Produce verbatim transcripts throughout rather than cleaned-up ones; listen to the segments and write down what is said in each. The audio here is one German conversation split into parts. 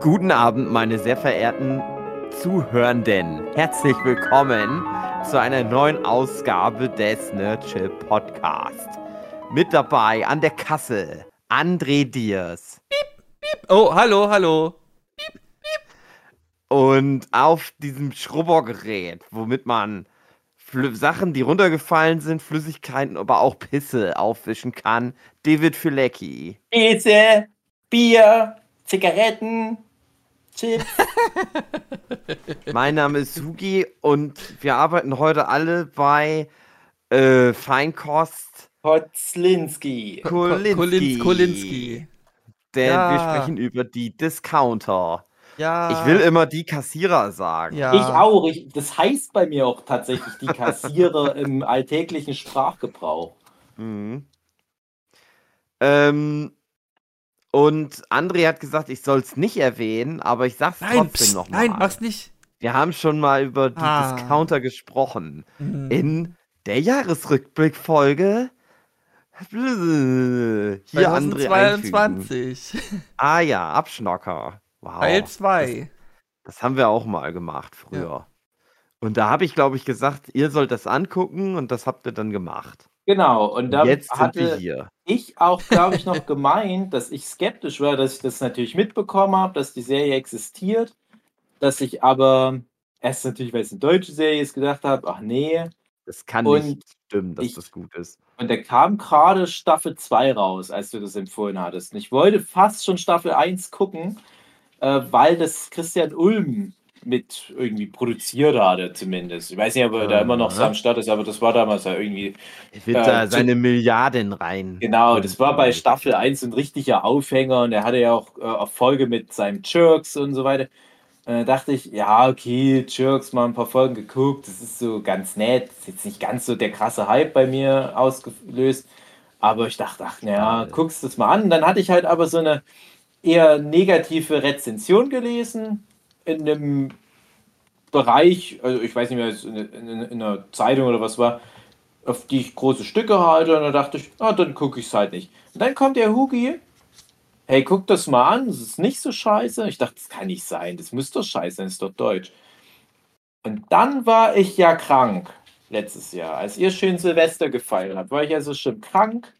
Guten Abend, meine sehr verehrten Zuhörenden. Herzlich willkommen zu einer neuen Ausgabe des Nerdship Podcast. Mit dabei an der Kasse André Diers. Piep, piep. Oh, hallo, hallo. Piep, piep. Und auf diesem Schrubbergerät, womit man Fl- Sachen, die runtergefallen sind, Flüssigkeiten, aber auch Pisse aufwischen kann, David Filecki. Pisse, Bier, Zigaretten, Chips. Mein Name ist Hugi und wir arbeiten heute alle bei äh, Feinkost Kotzlinski. Kolinski. Kolinski. Denn Ja. wir sprechen über die Discounter. Ja. Ich will immer die Kassierer sagen. Ja. Ich auch. Ich, das heißt bei mir auch tatsächlich die Kassierer im alltäglichen Sprachgebrauch. Mhm. Ähm, und André hat gesagt, ich soll es nicht erwähnen, aber ich sag's Nein, trotzdem pst, nochmal. Nein, mach's nicht. Wir haben schon mal über die Ah. Discounter gesprochen. Mhm. In der Jahresrückblickfolge. Hier André einfügen. zweitausendzweiundzwanzig. Ah ja, Abschnocker. Wow. Teil zwei. Das, das haben wir auch mal gemacht früher. Ja. Und da habe ich, glaube ich, gesagt, ihr sollt das angucken und das habt ihr dann gemacht. Genau. Und da Jetzt sind wir hatte hier. ich auch, glaube ich, noch gemeint, dass ich skeptisch war, dass ich das natürlich mitbekommen habe, dass die Serie existiert, dass ich aber erst natürlich, weil es eine deutsche Serie ist, gedacht habe, ach nee. Das kann Und nicht stimmen, dass ich- das gut ist. Und da kam gerade Staffel zwei raus, als du das empfohlen hattest. Und ich wollte fast schon Staffel eins gucken, äh, weil das Christian Ulm mit irgendwie produziert hatte, zumindest. Ich weiß nicht, ob er da immer noch so Aha. am Start ist, aber das war damals ja irgendwie. Er wird Äh, da zu- seine Milliarden rein. Genau, das war bei Staffel eins ein richtiger Aufhänger und er hatte ja auch äh, Erfolge mit seinem Jerks und so weiter. Und dann dachte ich, ja, okay, Jerks, mal ein paar Folgen geguckt, das ist so ganz nett, ist jetzt nicht ganz so der krasse Hype bei mir ausgelöst, aber ich dachte, ach, naja, Schade. guckst das mal an. Und dann hatte ich halt aber so eine eher negative Rezension gelesen in einem Bereich, also ich weiß nicht mehr, in, in, in einer Zeitung oder was war, auf die ich große Stücke halte und dann dachte ich, ah, dann gucke ich es halt nicht. Und dann kommt der Hugi, hey, guck das mal an, das ist nicht so scheiße. Ich dachte, das kann nicht sein, das müsste doch scheiße sein, das ist doch deutsch. Und dann war ich ja krank, letztes Jahr. Als ihr schön Silvester gefeiert habt, war ich also schon krank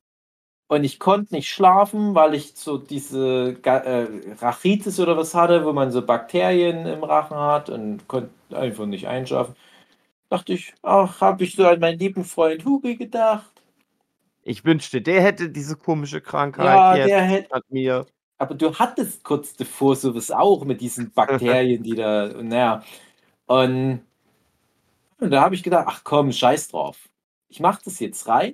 und ich konnte nicht schlafen, weil ich so diese Ga- äh, Rachitis oder was hatte, wo man so Bakterien im Rachen hat und konnte einfach nicht einschlafen. Dachte ich, ach, habe ich so an meinen lieben Freund Hugi gedacht. Ich wünschte, der hätte diese komische Krankheit Ja, jetzt der hätte. an mir. Aber du hattest kurz davor sowas auch mit diesen Bakterien, die da, naja. Und, und da habe ich gedacht, ach komm, scheiß drauf. Ich mache das jetzt rein.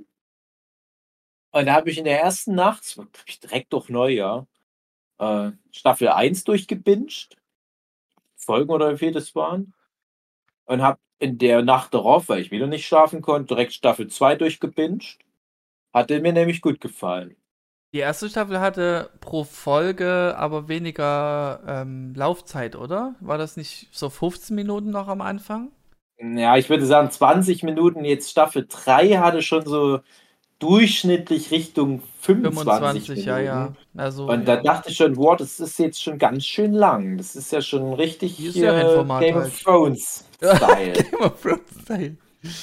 Und da habe ich in der ersten Nacht, das war, glaub ich, direkt durch Neujahr, äh, Staffel eins durchgebinged. Folgen oder wie viel das waren. Und habe in der Nacht darauf, weil ich wieder nicht schlafen konnte, direkt Staffel zwei durchgebinged. Hatte mir nämlich gut gefallen. Die erste Staffel hatte pro Folge aber weniger ähm, Laufzeit, oder? War das nicht so fünfzehn Minuten noch am Anfang? Ja, ich würde sagen zwanzig Minuten. Jetzt Staffel drei hatte schon so durchschnittlich Richtung fünfundzwanzig fünfundzwanzig, Minuten. ja, ja. Also, Und da ja. dachte ich schon, wow, das ist jetzt schon ganz schön lang. Das ist ja schon richtig Wie äh, Serienformat Game halt. of Thrones Style. Game of Thrones Style.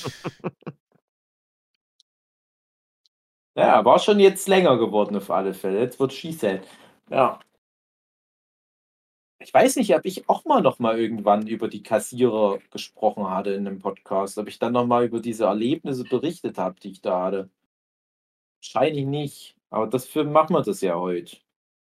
Ja, war schon jetzt länger geworden auf alle Fälle. Jetzt wird She-Said. Ja. Ich weiß nicht, ob ich auch mal noch mal irgendwann über die Kassierer gesprochen hatte in einem Podcast. Ob ich dann noch mal über diese Erlebnisse berichtet habe, die ich da hatte. Wahrscheinlich nicht. Aber dafür machen wir das ja heute.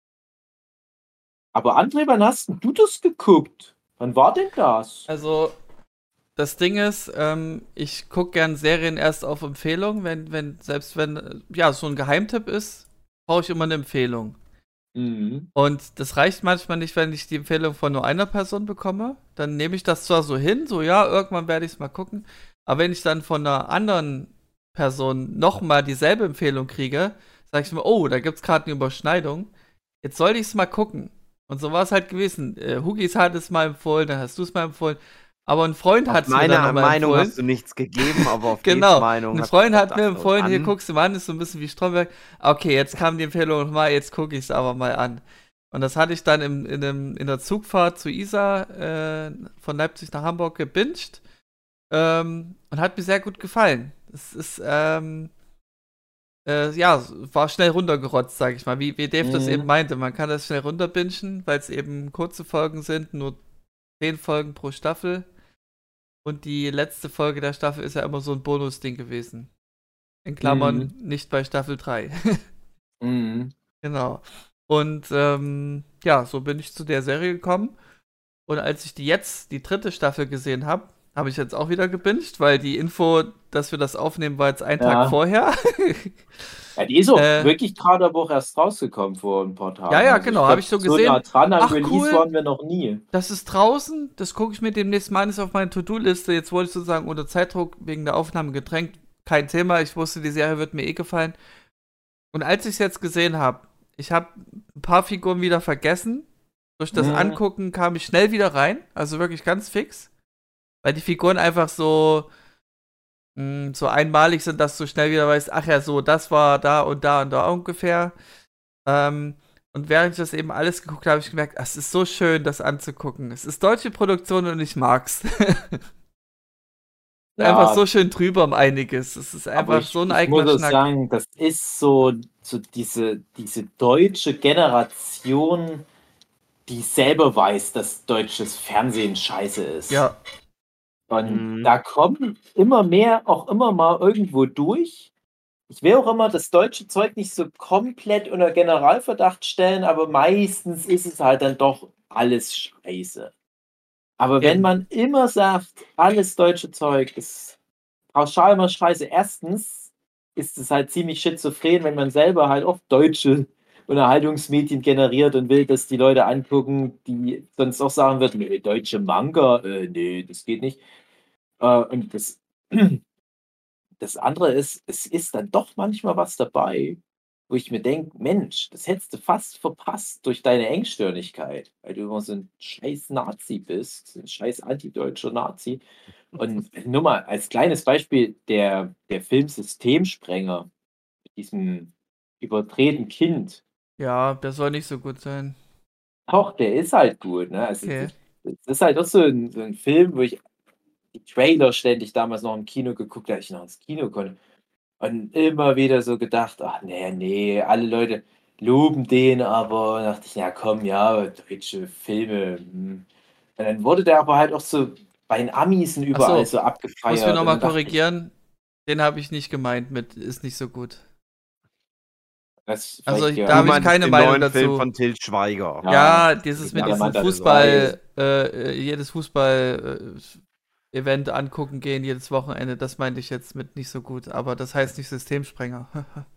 Aber André, wann hast denn du das geguckt? Wann war denn das? Also, das Ding ist, ähm, ich gucke gern Serien erst auf Empfehlung, wenn, wenn, selbst wenn, äh, ja, so ein Geheimtipp ist, brauche ich immer eine Empfehlung. Mhm. Und das reicht manchmal nicht, wenn ich die Empfehlung von nur einer Person bekomme. Dann nehme ich das zwar so hin, so ja, irgendwann werde ich es mal gucken. Aber wenn ich dann von einer anderen Person nochmal dieselbe Empfehlung kriege, sage ich mir, oh, da gibt es gerade eine Überschneidung. Jetzt sollte ich es mal gucken. Und so war es halt gewesen. Äh, Hugis hat es mal empfohlen, dann hast du es mal empfohlen. Aber ein Freund hat Auf es mir dann meiner noch mal Meinung empfohlen. hast du nichts gegeben, aber auf Genau. Daves Meinung Ein hast Freund du hat mir gedacht, empfohlen, und hier dann- guckst du mal an, ist so ein bisschen wie Stromberg. Okay, jetzt kam die Empfehlung nochmal, jetzt gucke ich es aber mal an. Und das hatte ich dann im, in, dem, in der Zugfahrt zu Isar äh, von Leipzig nach Hamburg gebinged. Ähm, und hat mir sehr gut gefallen. Es ist, ähm, äh, ja, war schnell runtergerotzt, sag ich mal. Wie, wie Dave mhm. das eben meinte. Man kann das schnell runterbingen, weil es eben kurze Folgen sind, nur zehn Folgen pro Staffel. Und die letzte Folge der Staffel ist ja immer so ein Bonus-Ding gewesen. In Klammern, mhm. nicht bei Staffel drei. mhm. Genau. Und ähm, ja, so bin ich zu der Serie gekommen. Und als ich die jetzt, die dritte Staffel gesehen habe, habe ich jetzt auch wieder gebinged, weil die Info, dass wir das aufnehmen, war jetzt ein Ja. Tag vorher. Ja, die ist auch Äh, wirklich gerade aber auch erst rausgekommen vor ein paar Tagen. Ja, ja, Also genau, ich habe ich so gesehen. So nah dran am Ach, Release cool. waren wir noch nie. Das ist draußen, das gucke ich mir demnächst mal an, ist auf meine To-Do-Liste. Jetzt wurde ich sozusagen unter Zeitdruck wegen der Aufnahme gedrängt. Kein Thema, ich wusste, die Serie wird mir eh gefallen. Und als ich es jetzt gesehen habe, ich habe ein paar Figuren wieder vergessen. Durch das Mhm. Angucken kam ich schnell wieder rein, also wirklich ganz fix. Weil die Figuren einfach so, mh, so einmalig sind, dass du schnell wieder weißt, ach ja, so, das war da und da und da ungefähr. Ähm, und während ich das eben alles geguckt habe, habe ich gemerkt, es ist so schön, das anzugucken. Es ist deutsche Produktion und ich mag's. Ja. Einfach so schön drüber um einiges. Es ist einfach ich, so ein ich eigener muss auch Schnack. sagen, das ist so, so diese, diese deutsche Generation, die selber weiß, dass deutsches Fernsehen scheiße ist. Ja. Und Mhm. da kommen immer mehr auch immer mal irgendwo durch. Ich will auch immer das deutsche Zeug nicht so komplett unter Generalverdacht stellen, aber meistens ist es halt dann doch alles scheiße. Aber wenn Eben. man immer sagt, alles deutsche Zeug ist pauschal immer scheiße, erstens ist es halt ziemlich schizophren, wenn man selber halt oft deutsche Unterhaltungsmedien generiert und will, dass die Leute angucken, die sonst auch sagen würden, nee, deutsche Manga, äh, nee, das geht nicht. Äh, und das, das andere ist, es ist dann doch manchmal was dabei, wo ich mir denke, Mensch, das hättest du fast verpasst durch deine Engstirnigkeit, weil du immer so ein scheiß Nazi bist, so ein scheiß antideutscher Nazi. Und nur mal als kleines Beispiel, der, der Film Systemsprenger, mit diesem überdrehten Kind, Ja, der soll nicht so gut sein. auch der ist halt gut. Ne? Also Okay. das, das ist halt auch so ein, so ein Film, wo ich die Trailer ständig damals noch im Kino geguckt habe, als ich noch ins Kino konnte. Und immer wieder so gedacht, ach nee, nee, alle Leute loben den, aber dachte ich, ja komm, ja, deutsche Filme. hm. Und dann wurde der aber halt auch so bei den Amis und überall Ach so, so abgefeiert. Muss mir Und nochmal dann dachte ich, korrigieren. Den habe ich nicht gemeint mit, ist nicht so gut. das Also, vielleicht ich- ja- da hab Du ich meinst keine den Meinung neuen dazu. Film von Til Schweiger. Ja. Ja, dieses mit Ja, diesem man das Fußball, äh, äh, jedes Fußball-Event angucken gehen, jedes Wochenende, das meinte ich jetzt mit nicht so gut, aber das heißt nicht Systemsprenger.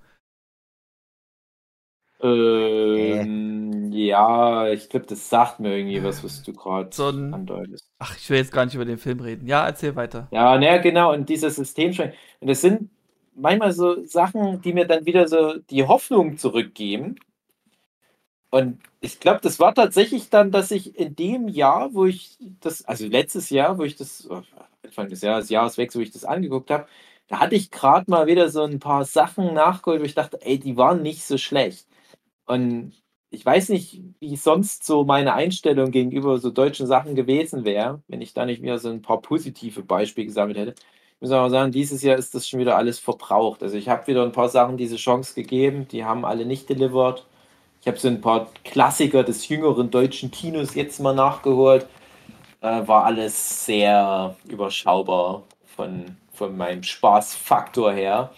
Ähm, ja, ich glaube, das sagt mir irgendwie was, was du gerade So ein- andeutest. Ach, ich will jetzt gar nicht über den Film reden. Ja, erzähl weiter. Ja, naja, genau, und dieses Systemschwenk. Und das sind manchmal so Sachen, die mir dann wieder so die Hoffnung zurückgeben. Und ich glaube, das war tatsächlich dann, dass ich in dem Jahr, wo ich das, also letztes Jahr, wo ich das, oh, Anfang des Jahres, Jahreswechsel, wo ich das angeguckt habe, da hatte ich gerade mal wieder so ein paar Sachen nachgeholt, wo ich dachte, ey, die waren nicht so schlecht. Und ich weiß nicht, wie sonst so meine Einstellung gegenüber so deutschen Sachen gewesen wäre, wenn ich da nicht wieder so ein paar positive Beispiele gesammelt hätte. Ich muss aber sagen, dieses Jahr ist das schon wieder alles verbraucht. Also ich habe wieder ein paar Sachen diese Chance gegeben, die haben alle nicht delivered. Ich habe so ein paar Klassiker des jüngeren deutschen Kinos jetzt mal nachgeholt. Äh, war alles sehr überschaubar von, von meinem Spaßfaktor her.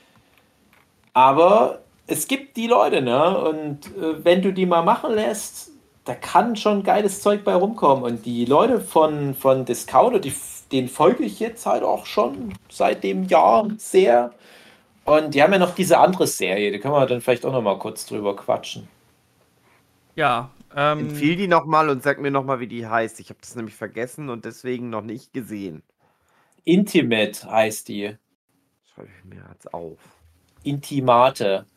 Aber es gibt die Leute, ne? Und äh, wenn du die mal machen lässt, da kann schon geiles Zeug bei rumkommen. Und die Leute von, von Discounter, die, denen folge ich jetzt halt auch schon seit dem Jahr sehr. Und die haben ja noch diese andere Serie, da können wir dann vielleicht auch noch mal kurz drüber quatschen. Ja, ähm, Empfiehl die nochmal und sag mir nochmal, wie die heißt. Ich habe das nämlich vergessen und deswegen noch nicht gesehen. Intimate heißt die. Schreibe ich mir jetzt auf. Intimate.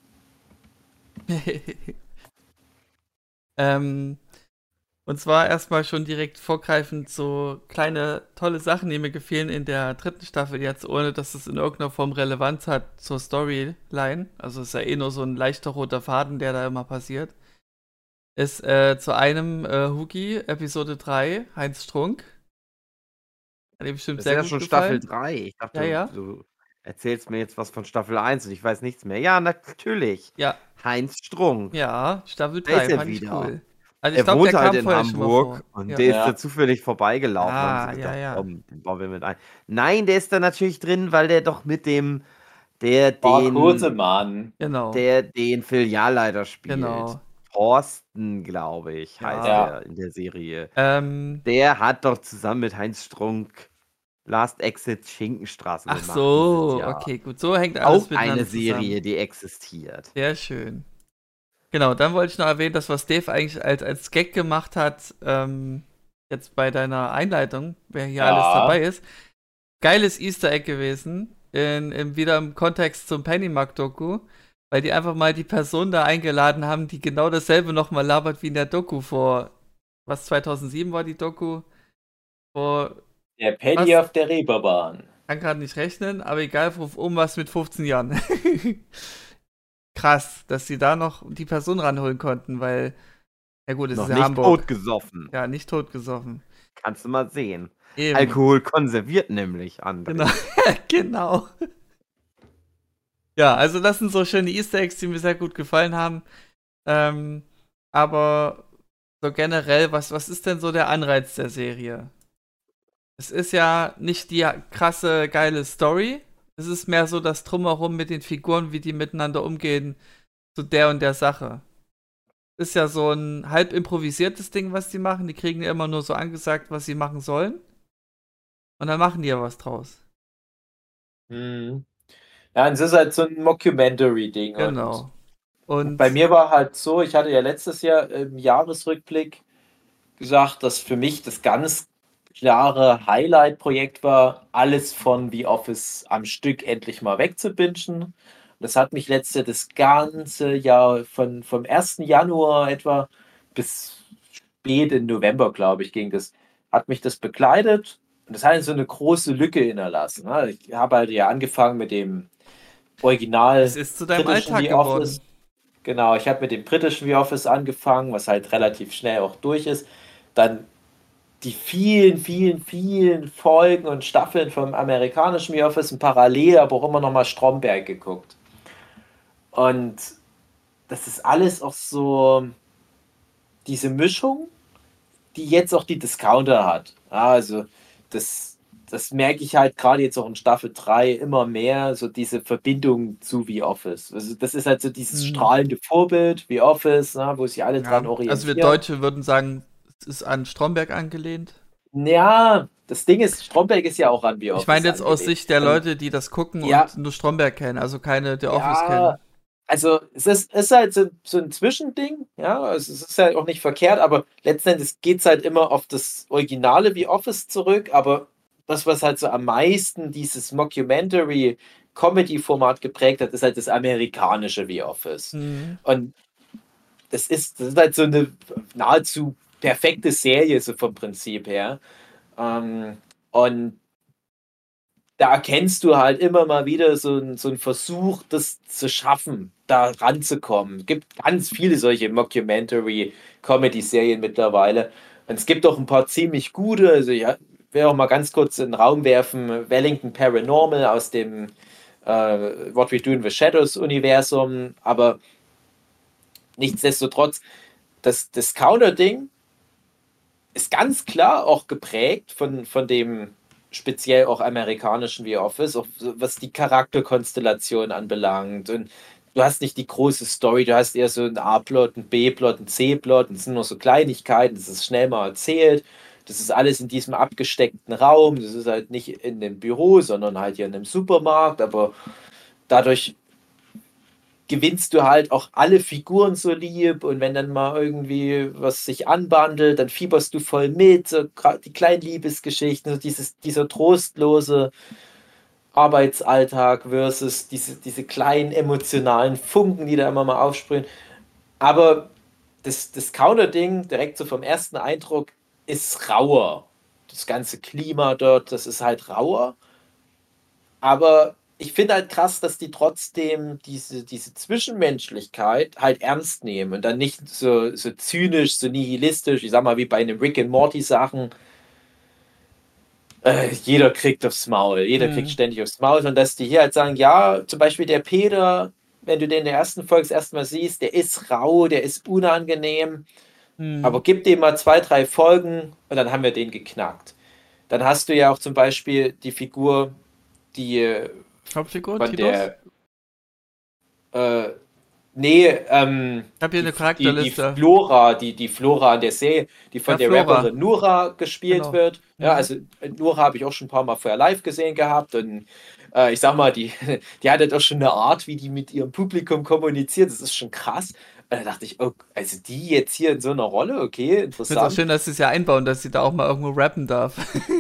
ähm, und zwar erstmal schon direkt vorgreifend so kleine, tolle Sachen, die mir gefehlen in der dritten Staffel jetzt, ohne dass es in irgendeiner Form Relevanz hat zur Storyline. Also es ist ja eh nur so ein leichter roter Faden, der da immer passiert. ist äh, zu einem äh, Hugi, Episode drei, Heinz Strunk. Hat ihm bestimmt Das ist sehr ja gut schon gefallen. Staffel drei. Ich dachte, Ja, ja. du, du erzählst mir jetzt was von Staffel eins und ich weiß nichts mehr. Ja, natürlich. Ja, Heinz Strunk. ja, Staffel Da ist drei, er fand ich wieder. cool. Also ich Er glaube, wohnt der halt kam in vorher schon mal Hamburg vor. und Ja. der ist Ja. da zufällig vorbeigelaufen. Ah, haben sie ja, gedacht, ja. komm, den bauen wir mit ein. Nein, der ist da natürlich drin, weil der doch mit dem, der Mark den, Hosemann. Genau. der den Filialleiter spielt. Genau. Thorsten, glaube ich, heißt Ja. er in der Serie. Ähm, Der hat doch zusammen mit Heinz Strunk Last Exit Schinkenstraße ach gemacht so, dieses Jahr. okay, gut. So hängt alles Auch miteinander eine Serie, zusammen. die existiert. Sehr schön. Genau, dann wollte ich noch erwähnen, dass was Dave eigentlich als, als Gag gemacht hat, ähm, jetzt bei deiner Einleitung, wer hier Ja. alles dabei ist. Geiles Easter Egg gewesen, in, in, wieder im Kontext zum Pennymark-Doku, weil die einfach mal die Person da eingeladen haben, die genau dasselbe nochmal labert wie in der Doku vor, was, zweitausendsieben war die Doku? Vor, Der Penny Was? auf der Reeperbahn. kann gerade nicht rechnen, aber egal, ruf um was mit fünfzehn Jahren. Krass, dass sie da noch die Person ranholen konnten, weil, ja gut, es Noch ist ja nicht Hamburg. totgesoffen. Ja, nicht totgesoffen. Kannst du mal sehen. Eben. Alkohol konserviert nämlich, André. Genau. Genau. Ja, also das sind so schöne Easter Eggs, die mir sehr gut gefallen haben. Ähm, aber so generell, was, was ist denn so der Anreiz der Serie? Es ist ja nicht die krasse, geile Story. Es ist mehr so das Drumherum mit den Figuren, wie die miteinander umgehen zu der und der Sache. Ist ja so ein halb improvisiertes Ding, was die machen. Die kriegen ja immer nur so angesagt, was sie machen sollen. Und dann machen die ja was draus. Hm. Ja, und es ist halt so ein Mockumentary-Ding. Und Genau. Und bei mir war halt so, ich hatte ja letztes Jahr im Jahresrückblick gesagt, dass für mich das ganz klare Highlight-Projekt war, alles von The Office am Stück endlich mal wegzubingen. Das hat mich letztes Jahr das ganze Jahr von, vom ersten Januar etwa bis spät in November, glaube ich, ging das, hat mich das begleitet. Und das hat so eine große Lücke hinterlassen. ne? Ich habe halt ja angefangen mit dem Original es ist zu deinem britischen Alltag The Office. geworden. Genau, ich habe mit dem britischen The Office angefangen, was halt relativ schnell auch durch ist. Dann die vielen, vielen, vielen Folgen und Staffeln vom amerikanischen The Office und parallel aber auch immer noch mal Stromberg geguckt. Und das ist alles auch so diese Mischung, die jetzt auch die Discounter hat. Ja, also das, das merke ich halt gerade jetzt auch in Staffel drei immer mehr, so diese Verbindung zu The Office. Also das ist halt so dieses Mhm. strahlende Vorbild, The Office, ne, wo sich alle dran Ja. orientieren. Also wir Deutsche würden sagen, es ist an Stromberg angelehnt. Ja, das Ding ist, Stromberg ist ja auch an The Office Ich meine jetzt aus angelegt. Sicht der Und- Leute, die das gucken Ja. und nur Stromberg kennen, also keine The Office Ja, kennen. also es ist, ist halt so, so ein Zwischending, ja, also es ist halt auch nicht verkehrt, aber letztendlich geht es halt immer auf das originale The Office zurück, aber das, was halt so am meisten dieses Mockumentary-Comedy-Format geprägt hat, ist halt das amerikanische The Office. Mhm. Und das ist, das ist halt so eine nahezu perfekte Serie, so vom Prinzip her. Ähm, und da erkennst du halt immer mal wieder so einen so einen Versuch, das zu schaffen, da ranzukommen. Es gibt ganz viele solche Mockumentary-Comedy-Serien mittlerweile. Und es gibt auch ein paar ziemlich gute. Also ich will auch mal ganz kurz in den Raum werfen, Wellington Paranormal aus dem äh, What We Do in the Shadows-Universum. Aber nichtsdestotrotz, das Discounter-Ding ist ganz klar auch geprägt von, von dem speziell auch amerikanischen The Office, auch so, was die Charakterkonstellation anbelangt. Und du hast nicht die große Story, du hast eher so einen A-Plot, einen B-Plot, einen C-Plot, und es sind nur so Kleinigkeiten, das ist schnell mal erzählt. Das ist alles in diesem abgesteckten Raum, das ist halt nicht in dem Büro, sondern halt hier in einem Supermarkt, aber dadurch gewinnst du halt auch alle Figuren so lieb, und wenn dann mal irgendwie was sich anbandelt, dann fieberst du voll mit, so gra- die kleinen Liebesgeschichten, so dieses, dieser trostlose Arbeitsalltag versus diese, diese kleinen emotionalen Funken, die da immer mal aufsprühen. Aber das, das Counter-Ding, direkt so vom ersten Eindruck, ist rauer. Das ganze Klima dort, das ist halt rauer. Aber ich finde halt krass, dass die trotzdem diese, diese Zwischenmenschlichkeit halt ernst nehmen und dann nicht so, so zynisch, so nihilistisch, ich sag mal, wie bei den Rick and Morty Sachen, äh, jeder kriegt aufs Maul, jeder kriegt Mhm. ständig aufs Maul, und dass die hier halt sagen, ja, zum Beispiel der Peter, wenn du den in der ersten Folge das erste Mal siehst, der ist rau, der ist unangenehm, aber Mhm. gib dem mal zwei, drei Folgen und dann haben wir den geknackt. Dann hast du ja auch zum Beispiel die Figur, die äh, Hauptfigur, von Titus? der Äh, nee, ähm, Ich habe hier die, eine die, die Charakterliste. Flora, die, die Flora an der Serie, die Ja, von der Flora. Rapperin Nura gespielt Genau. wird. Ja, Mhm. also äh, Nura habe ich auch schon ein paar Mal vorher live gesehen gehabt, und äh, ich sag mal, die, die hat halt auch schon eine Art, wie die mit ihrem Publikum kommuniziert. Das ist schon krass. Und da dachte ich, oh, also die jetzt hier in so einer Rolle, okay, Ich finde es auch interessant. schön, dass sie es ja einbauen, dass sie da auch mal irgendwo rappen darf.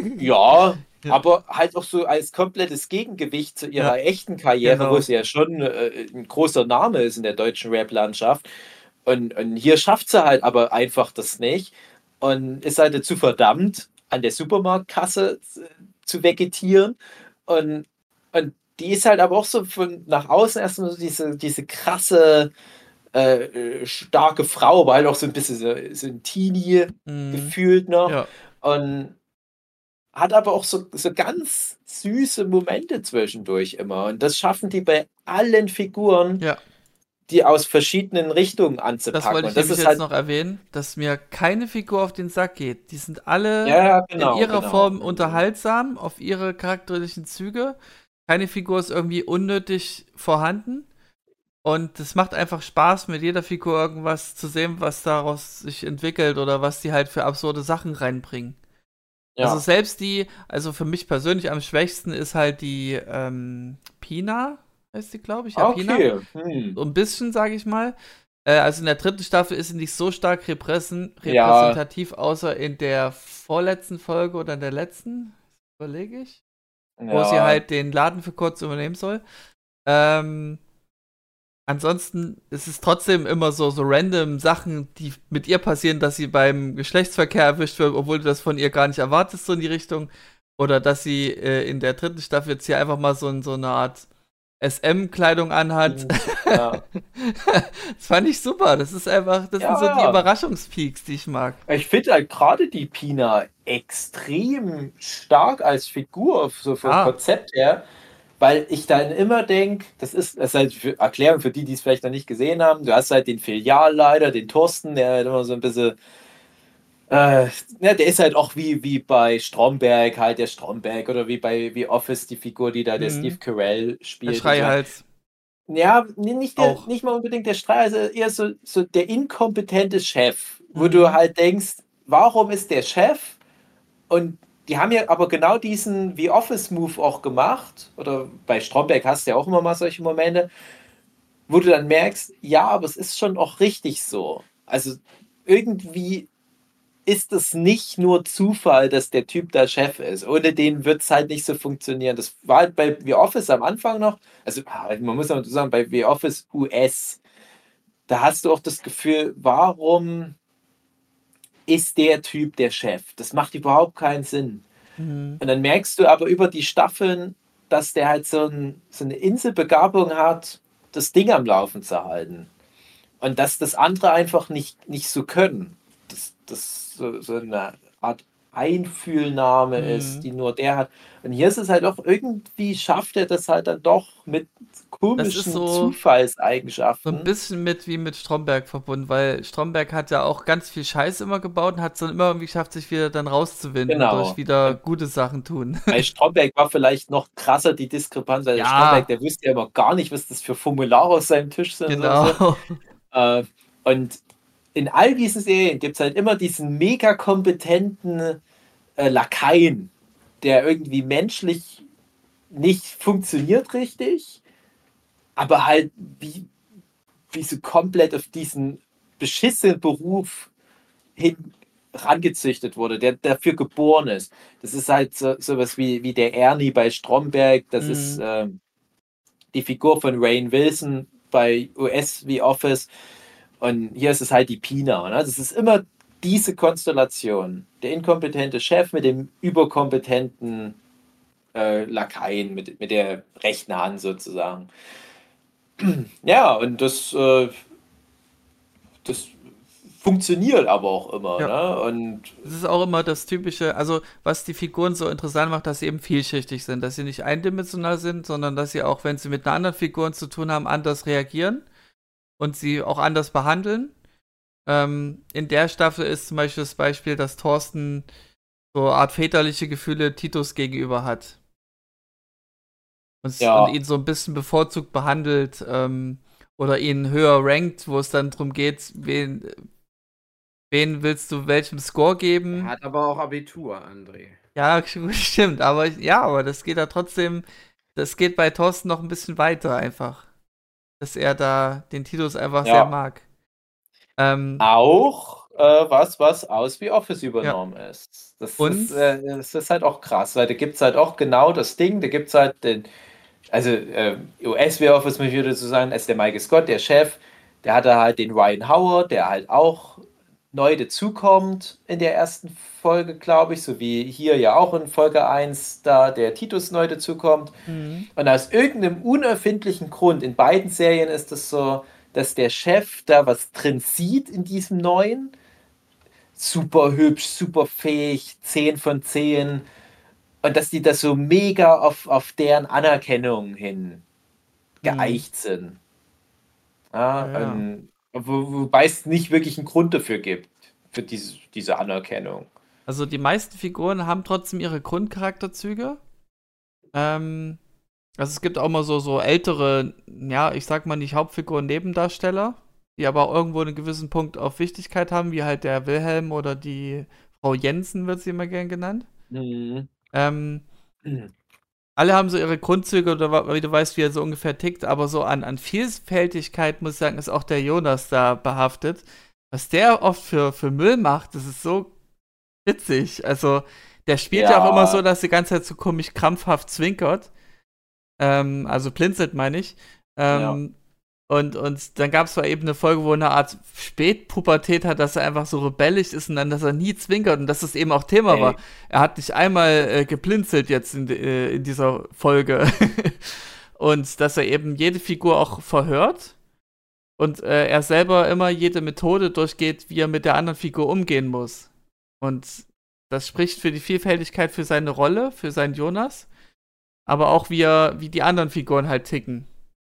Ja, Ja. aber halt auch so als komplettes Gegengewicht zu Ja, ihrer echten Karriere, wo genau. sie ja schon äh, ein großer Name ist in der deutschen Rap-Landschaft. Und, und hier schafft sie halt aber einfach das nicht und ist halt dazu verdammt, an der Supermarktkasse zu, zu vegetieren. Und, und die ist halt aber auch so von nach außen erstmal so diese, diese krasse, äh, starke Frau, aber halt auch so ein bisschen so, so ein Teenie Mhm. gefühlt noch. Ja, Und hat aber auch so, so ganz süße Momente zwischendurch immer. Und das schaffen die bei allen Figuren, ja. die aus verschiedenen Richtungen Das wollte anzupacken. ich Und das nämlich ist jetzt halt, noch erwähnen, dass mir keine Figur auf den Sack geht. Die sind alle ja, ja, in genau, ihrer genau. Form unterhaltsam, auf ihre charakterlichen Züge. Keine Figur ist irgendwie unnötig vorhanden. Und es macht einfach Spaß, mit jeder Figur irgendwas zu sehen, was daraus sich entwickelt oder was die halt für absurde Sachen reinbringen. Also Ja. selbst die, also für mich persönlich am schwächsten ist halt die ähm, Pina, heißt die, glaube ich, ja, Pina. Okay. Hm. So ein bisschen, sage ich mal. Äh, also in der dritten Staffel ist sie nicht so stark repräsen Ja, repräsentativ, außer in der vorletzten Folge oder in der letzten, überlege ich, wo sie ja. halt den Laden für kurz übernehmen soll. Ähm, Ansonsten ist es trotzdem immer so, so random Sachen, die mit ihr passieren, dass sie beim Geschlechtsverkehr erwischt wird, obwohl du das von ihr gar nicht erwartest, so in die Richtung. Oder dass sie äh, in der dritten Staffel jetzt hier einfach mal so, ein- so eine Art S M-Kleidung anhat. Hm. Ja. Das fand ich super. Das ist einfach, das sind Ja, so die ja. Überraschungspeaks, die ich mag. Ich finde halt gerade die Pina extrem stark als Figur, so vom Ja. Konzept her. Weil ich dann immer denke, das ist, das ist halt für Erklärung für die, die es vielleicht noch nicht gesehen haben. Du hast halt den Filialleiter, den Thorsten, der halt immer so ein bisschen, äh, ne, der ist halt auch wie, wie bei Stromberg, halt der Stromberg, oder wie bei wie Office, die Figur, die da der Steve Mhm. Carell Der spielt und so weiter. Schreihals Ja, nee, nicht, der, auch. nicht mal unbedingt der Streit, also eher so, so der inkompetente Chef, wo du Mhm. halt denkst, warum ist der Chef? Und die haben ja aber genau diesen wie Office-Move auch gemacht. Oder bei Stromberg hast du ja auch immer mal solche Momente, wo du dann merkst, ja, aber es ist schon auch richtig so. Also irgendwie ist es nicht nur Zufall, dass der Typ da Chef ist. Ohne den wird es halt nicht so funktionieren. Das war halt bei The Office am Anfang noch. Also ah, man muss ja sagen, bei The Office U S, da hast du auch das Gefühl, warum ist der Typ der Chef? Das macht überhaupt keinen Sinn. Mhm. Und dann merkst du aber über die Staffeln, dass der halt so, ein, so eine Inselbegabung hat, das Ding am Laufen zu halten. Und dass das andere einfach nicht, nicht so können. Dass das so, so eine Art Einfühlnahme ist, Mhm. die nur der hat. Und hier ist es halt auch irgendwie, schafft er das halt dann doch mit Das ist komischen so. So ein Zufallseigenschaften. bisschen mit wie mit Stromberg verbunden, weil Stromberg hat ja auch ganz viel Scheiß immer gebaut und hat es dann immer irgendwie geschafft, sich wieder dann rauszuwinden durch Genau. wieder Und gute Sachen tun. bei Stromberg war vielleicht noch krasser die Diskrepanz, weil der Stromberg, Ja, der wusste ja immer gar nicht, was das für Formulare auf seinem Tisch sind oder so. genau. Äh, und in all diesen Serien gibt es halt immer diesen mega kompetenten äh, Lakaien, der irgendwie menschlich nicht funktioniert richtig, aber halt wie, wie so komplett auf diesen beschissenen Beruf hin rangezüchtet wurde, der dafür geboren ist. Das ist halt so, sowas wie, wie der Ernie bei Stromberg, das ist Mhm. äh, die Figur von Rainn Wilson bei U S wie Office, und hier ist es halt die Pina. Ne? Das ist immer diese Konstellation. Der inkompetente Chef mit dem überkompetenten äh, Lakaien, mit, mit der rechten Hand sozusagen. Ja, und das, äh, das funktioniert aber auch immer, Ja. ne? Und Das ist auch immer das Typische, also was die Figuren so interessant macht, dass sie eben vielschichtig sind, dass sie nicht eindimensional sind, sondern dass sie auch, wenn sie mit einer anderen Figur zu tun haben, anders reagieren und sie auch anders behandeln. Ähm, in der Staffel ist zum Beispiel das Beispiel, dass Thorsten so eine Art väterliche Gefühle Titus gegenüber hat. Und, und ja, ihn so ein bisschen bevorzugt behandelt ähm, oder ihn höher rankt, wo es dann darum geht, wen, wen willst du welchem Score Er geben. hat aber auch Abitur, André. Ja, gut, stimmt, aber ja, aber das geht da trotzdem, das geht bei Thorsten noch ein bisschen weiter einfach. Dass er da den Titus einfach sehr ja. mag. Ähm, Auch äh, was, was aus wie Office ja. übernommen ist. Das Und ist, äh, das ist halt auch krass, weil da gibt es halt auch genau das Ding, da gibt es halt den, also äh, U S wie Office, mich würde so sagen, ist der Mike Scott, der Chef, der hatte halt den Ryan Howard, der halt auch neu dazukommt in der ersten Folge, glaube ich, so wie hier ja auch in Folge eins da der Titus neu dazukommt. mhm. Und aus irgendeinem unerfindlichen Grund, in beiden Serien ist es so, dass der Chef da was drin sieht in diesem neuen. Super hübsch, super fähig, zehn von zehn. Und dass die das so mega auf, auf deren Anerkennung hin Mhm. geeicht sind. Ja, Ja, ja. und, wo, wobei es nicht wirklich einen Grund dafür gibt, für diese, diese Anerkennung. Also die meisten Figuren haben trotzdem ihre Grundcharakterzüge. Ähm, also es gibt auch mal so, so ältere, ja, ich sag mal nicht Hauptfiguren, Nebendarsteller, die aber auch irgendwo einen gewissen Punkt auf Wichtigkeit haben, wie halt der Wilhelm oder die Frau Jensen wird sie immer gern genannt. Mhm. Ähm, alle haben so ihre Grundzüge oder wa- wie du weißt, wie er so ungefähr tickt, aber so an, an Vielfältigkeit, muss ich sagen, ist auch der Jonas da behaftet. Was der oft für, für Müll macht, das ist so witzig. Also, der spielt ja auch immer so, Ja, dass die ganze Zeit so komisch krampfhaft zwinkert. Ähm, also blinzelt, meine ich. ja. Ähm, und, und dann gab es zwar eben eine Folge, wo er eine Art Spätpubertät hat, dass er einfach so rebellisch ist und dann, dass er nie zwinkert und dass das eben auch Thema war. Ey, Er hat nicht einmal äh, geblinzelt jetzt in, äh, in dieser Folge. Und dass er eben jede Figur auch verhört und äh, er selber immer jede Methode durchgeht, wie er mit der anderen Figur umgehen muss. Und das spricht für die Vielfältigkeit für seine Rolle, für seinen Jonas, aber auch wie er, wie die anderen Figuren halt ticken.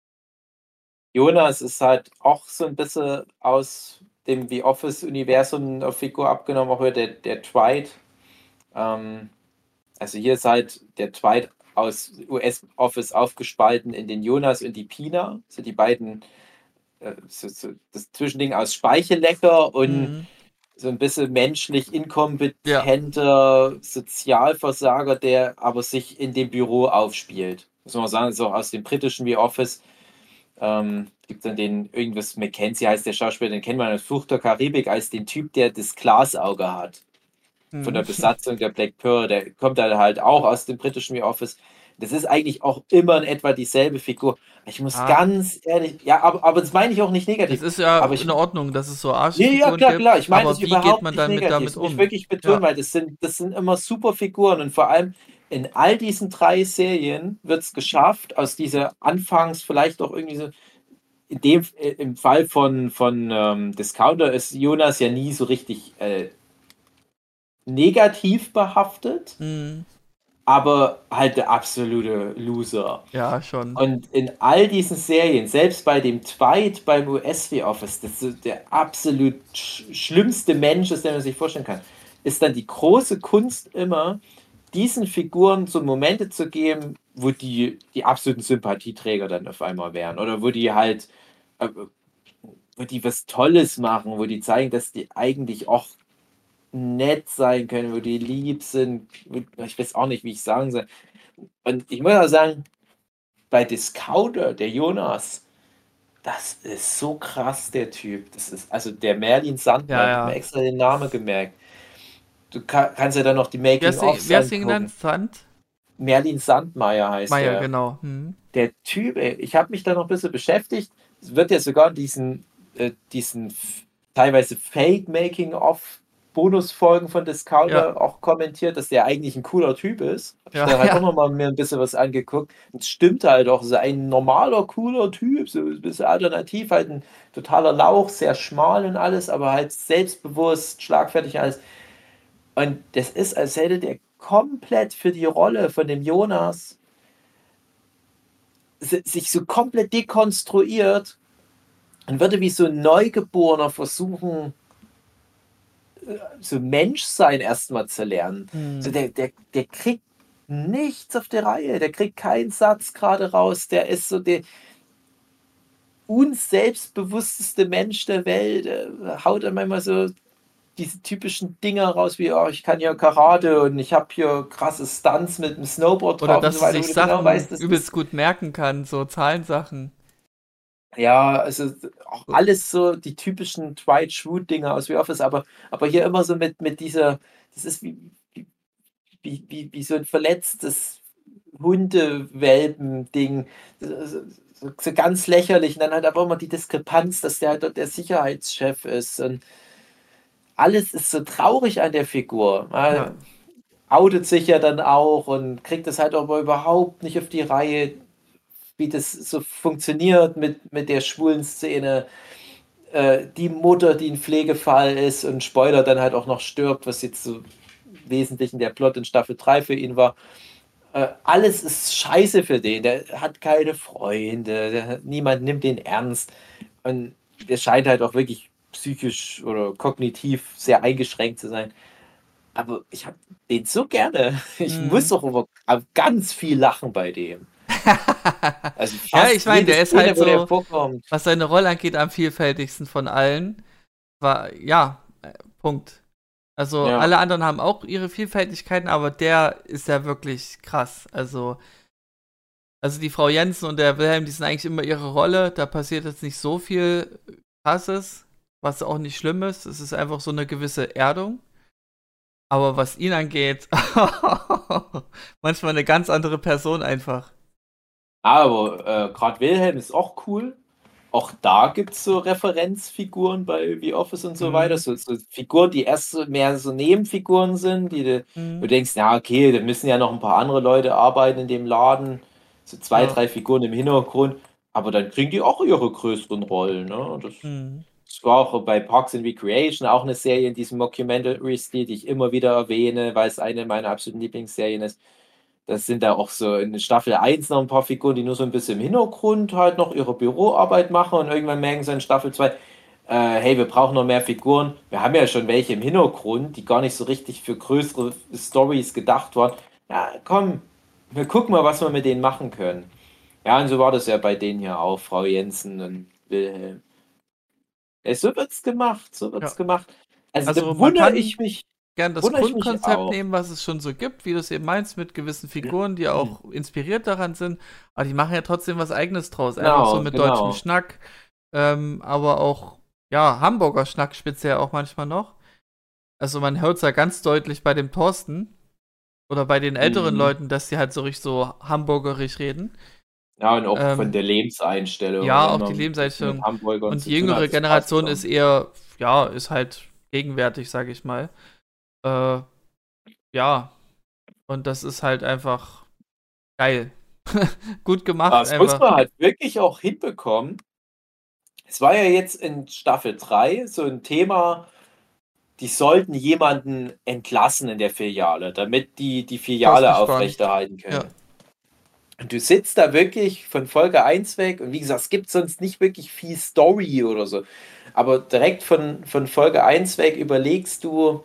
Jonas ist halt auch so ein bisschen aus dem The Office-Universum eine Figur abgenommen, auch wieder der, der Dwight. Ähm, also hier ist halt der Dwight aus U S-Office aufgespalten in den Jonas und die Pina. So die beiden, äh, so, so das Zwischending aus Speichellecker und Mhm. so ein bisschen menschlich Ja. inkompetenter Sozialversager, der aber sich in dem Büro aufspielt. Muss man sagen, so aus dem britischen The Office. Ähm, gibt dann den, irgendwas, Mackenzie heißt der Schauspieler, den kennt man als Flucht der Karibik als den Typ, der das Glasauge hat. Von der Mhm. Besatzung der Black Pearl, der kommt dann halt auch aus dem britischen The Office. Das ist eigentlich auch immer in etwa dieselbe Figur. Ich muss Ah, ganz ehrlich, ja, aber, aber das meine ich auch nicht es negativ. ist ja Aber in ich, Ordnung, dass es so nee, ja, Arschfiguren klar, klar, gibt, ich meine das aber wie geht überhaupt man nicht dann mit negativ. damit Das will ich um? wirklich betonen, Ja. weil das sind, das sind immer super Figuren und vor allem in all diesen drei Serien wird es geschafft, aus dieser anfangs vielleicht auch irgendwie so in dem, äh, im Fall von, von ähm, Discounter ist Jonas ja nie so richtig äh, negativ behaftet, Mhm. aber halt der absolute Loser. Ja, schon. Und in all diesen Serien, selbst bei dem Dwight beim U S W Office, das so der absolut sch schlimmste Mensch ist, den man sich vorstellen kann, ist dann die große Kunst immer, diesen Figuren so Momente zu geben, wo die die absoluten Sympathieträger dann auf einmal wären oder wo die halt äh, wo die was Tolles machen, wo die zeigen, dass die eigentlich auch nett sein können, wo die lieb sind. Ich weiß auch nicht, wie ich sagen soll. Und ich muss auch sagen, bei Discounter, der Jonas, das ist so krass, der Typ. Das ist also der Merlin Ja, Sandmann, ich habe mir ja. extra den Namen gemerkt. Du kann, kannst ja dann noch die Wie hast du, Making-ofs wie hast du ihn genannt? angucken. Sand? Merlin Sandmeier heißt Meier, der. genau. Mhm. Der Typ, ey, ich habe mich da noch ein bisschen beschäftigt. Es wird ja sogar diesen, äh, diesen f- teilweise Fake-Making-of Bonusfolgen von Discounter Ja. auch kommentiert, dass der eigentlich ein cooler Typ ist. Hab ich Ja, dann halt ja. auch nochmal mir ein bisschen was angeguckt. Und es stimmt halt auch, so ein normaler, cooler Typ, so ein bisschen alternativ, halt ein totaler Lauch, sehr schmal und alles, aber halt selbstbewusst, schlagfertig und alles. Und das ist, als hätte der komplett für die Rolle von dem Jonas si- sich so komplett dekonstruiert und würde wie so ein Neugeborener versuchen, so Menschsein erstmal zu lernen. So Hm. der, der, der kriegt nichts auf die Reihe, der kriegt keinen Satz gerade raus, der ist so der unselbstbewussteste Mensch der Welt, der haut dann manchmal so diese typischen Dinger raus, wie, oh, ich kann ja Karate und ich habe hier krasse Stunts mit dem Snowboard Oder drauf und dass so er weiter, wo sich du genau Sachen weißt, das übelst ist, gut merken kann, so Zahlensachen. ja, also auch So. alles so die typischen Dwight-Schrute-Dinger aus The Office, aber, aber hier immer so mit, mit dieser, das ist wie, wie, wie, wie, wie so ein verletztes Hundewelpen-Ding, so, so, so ganz lächerlich und dann halt aber immer die Diskrepanz, dass der halt dort der Sicherheitschef ist und alles ist so traurig an der Figur. Ja. Er outet sich ja dann auch und kriegt das halt aber überhaupt nicht auf die Reihe, wie das so funktioniert mit, mit der schwulen Szene. Äh, die Mutter, die ein Pflegefall ist und Spoiler dann halt auch noch stirbt, was jetzt so wesentlich in der Plot in Staffel drei für ihn war. Äh, alles ist scheiße für den. Der hat keine Freunde, der, niemand nimmt den ernst. Und der scheint halt auch wirklich psychisch oder kognitiv sehr eingeschränkt zu sein. Aber ich habe den so gerne. Ich muss Hm. doch über ganz viel lachen bei dem. Also Ja, fast ich meine, jede der ist Szene, halt wo der so, vorkommt. was seine Rolle angeht, am vielfältigsten von allen. War, ja, äh, Punkt. Also Ja. alle anderen haben auch ihre Vielfältigkeiten, aber der ist ja wirklich krass. Also, also die Frau Jensen und der Wilhelm, die sind eigentlich immer ihre Rolle. Da passiert jetzt nicht so viel Krasses, was auch nicht schlimm ist. Es ist einfach so eine gewisse Erdung. Aber was ihn angeht, manchmal eine ganz andere Person einfach. Aber äh, gerade Wilhelm ist auch cool. Auch da gibt es so Referenzfiguren bei The Office und so Mhm. weiter. So, so Figuren, die erst so mehr so Nebenfiguren sind, die du, Mhm. du denkst, ja, okay, da müssen ja noch ein paar andere Leute arbeiten in dem Laden. So zwei, Ja. drei Figuren im Hintergrund. Aber dann kriegen die auch ihre größeren Rollen. Ne? Das, Mhm. das war auch bei Parks and Recreation auch eine Serie in diesem Mockumentary-Stil, die ich immer wieder erwähne, weil es eine meiner absoluten Lieblingsserien ist. Das sind da auch so in Staffel eins noch ein paar Figuren, die nur so ein bisschen im Hintergrund halt noch ihre Büroarbeit machen und irgendwann merken sie in Staffel zwei, äh, hey, wir brauchen noch mehr Figuren. Wir haben ja schon welche im Hintergrund, die gar nicht so richtig für größere Stories gedacht waren. Ja, komm, wir gucken mal, was wir mit denen machen können. Ja, und so war das ja bei denen hier auch, Frau Jensen und Wilhelm. Ja, so wird's gemacht, so wird's Ja. gemacht. Also, Also da man wundere kann ich mich, gern das wundere ich mich Grundkonzept auch. nehmen, was es schon so gibt, wie du es eben meinst, mit gewissen Figuren, die auch inspiriert daran sind. Aber die machen ja trotzdem was Eigenes draus. Einfach so Genau, mit genau. deutschem Schnack, ähm, aber auch, ja, Hamburger Schnack speziell auch manchmal noch. Also man hört es ja ganz deutlich bei dem Thorsten oder bei den älteren Mhm. Leuten, dass die halt so richtig so hamburgerisch reden. Ja, und auch von Ähm, der Lebenseinstellung. ja, wenn auch man die mit Lebenseinstellung. Hamburgern Und zu die tun hat, jüngere das passt Generation schon. ist eher, ja, ist halt gegenwärtig, sag ich mal. Äh, ja, und das ist halt einfach geil. Gut gemacht Aber das muss einfach. man halt wirklich auch hinbekommen. Es war ja jetzt in Staffel drei so ein Thema, die sollten jemanden entlassen in der Filiale, damit die die Filiale Kostensparen. aufrechterhalten Ja. können. Und du sitzt da wirklich von Folge eins weg und wie gesagt, es gibt sonst nicht wirklich viel Story oder so. Aber direkt von, von Folge eins weg überlegst du,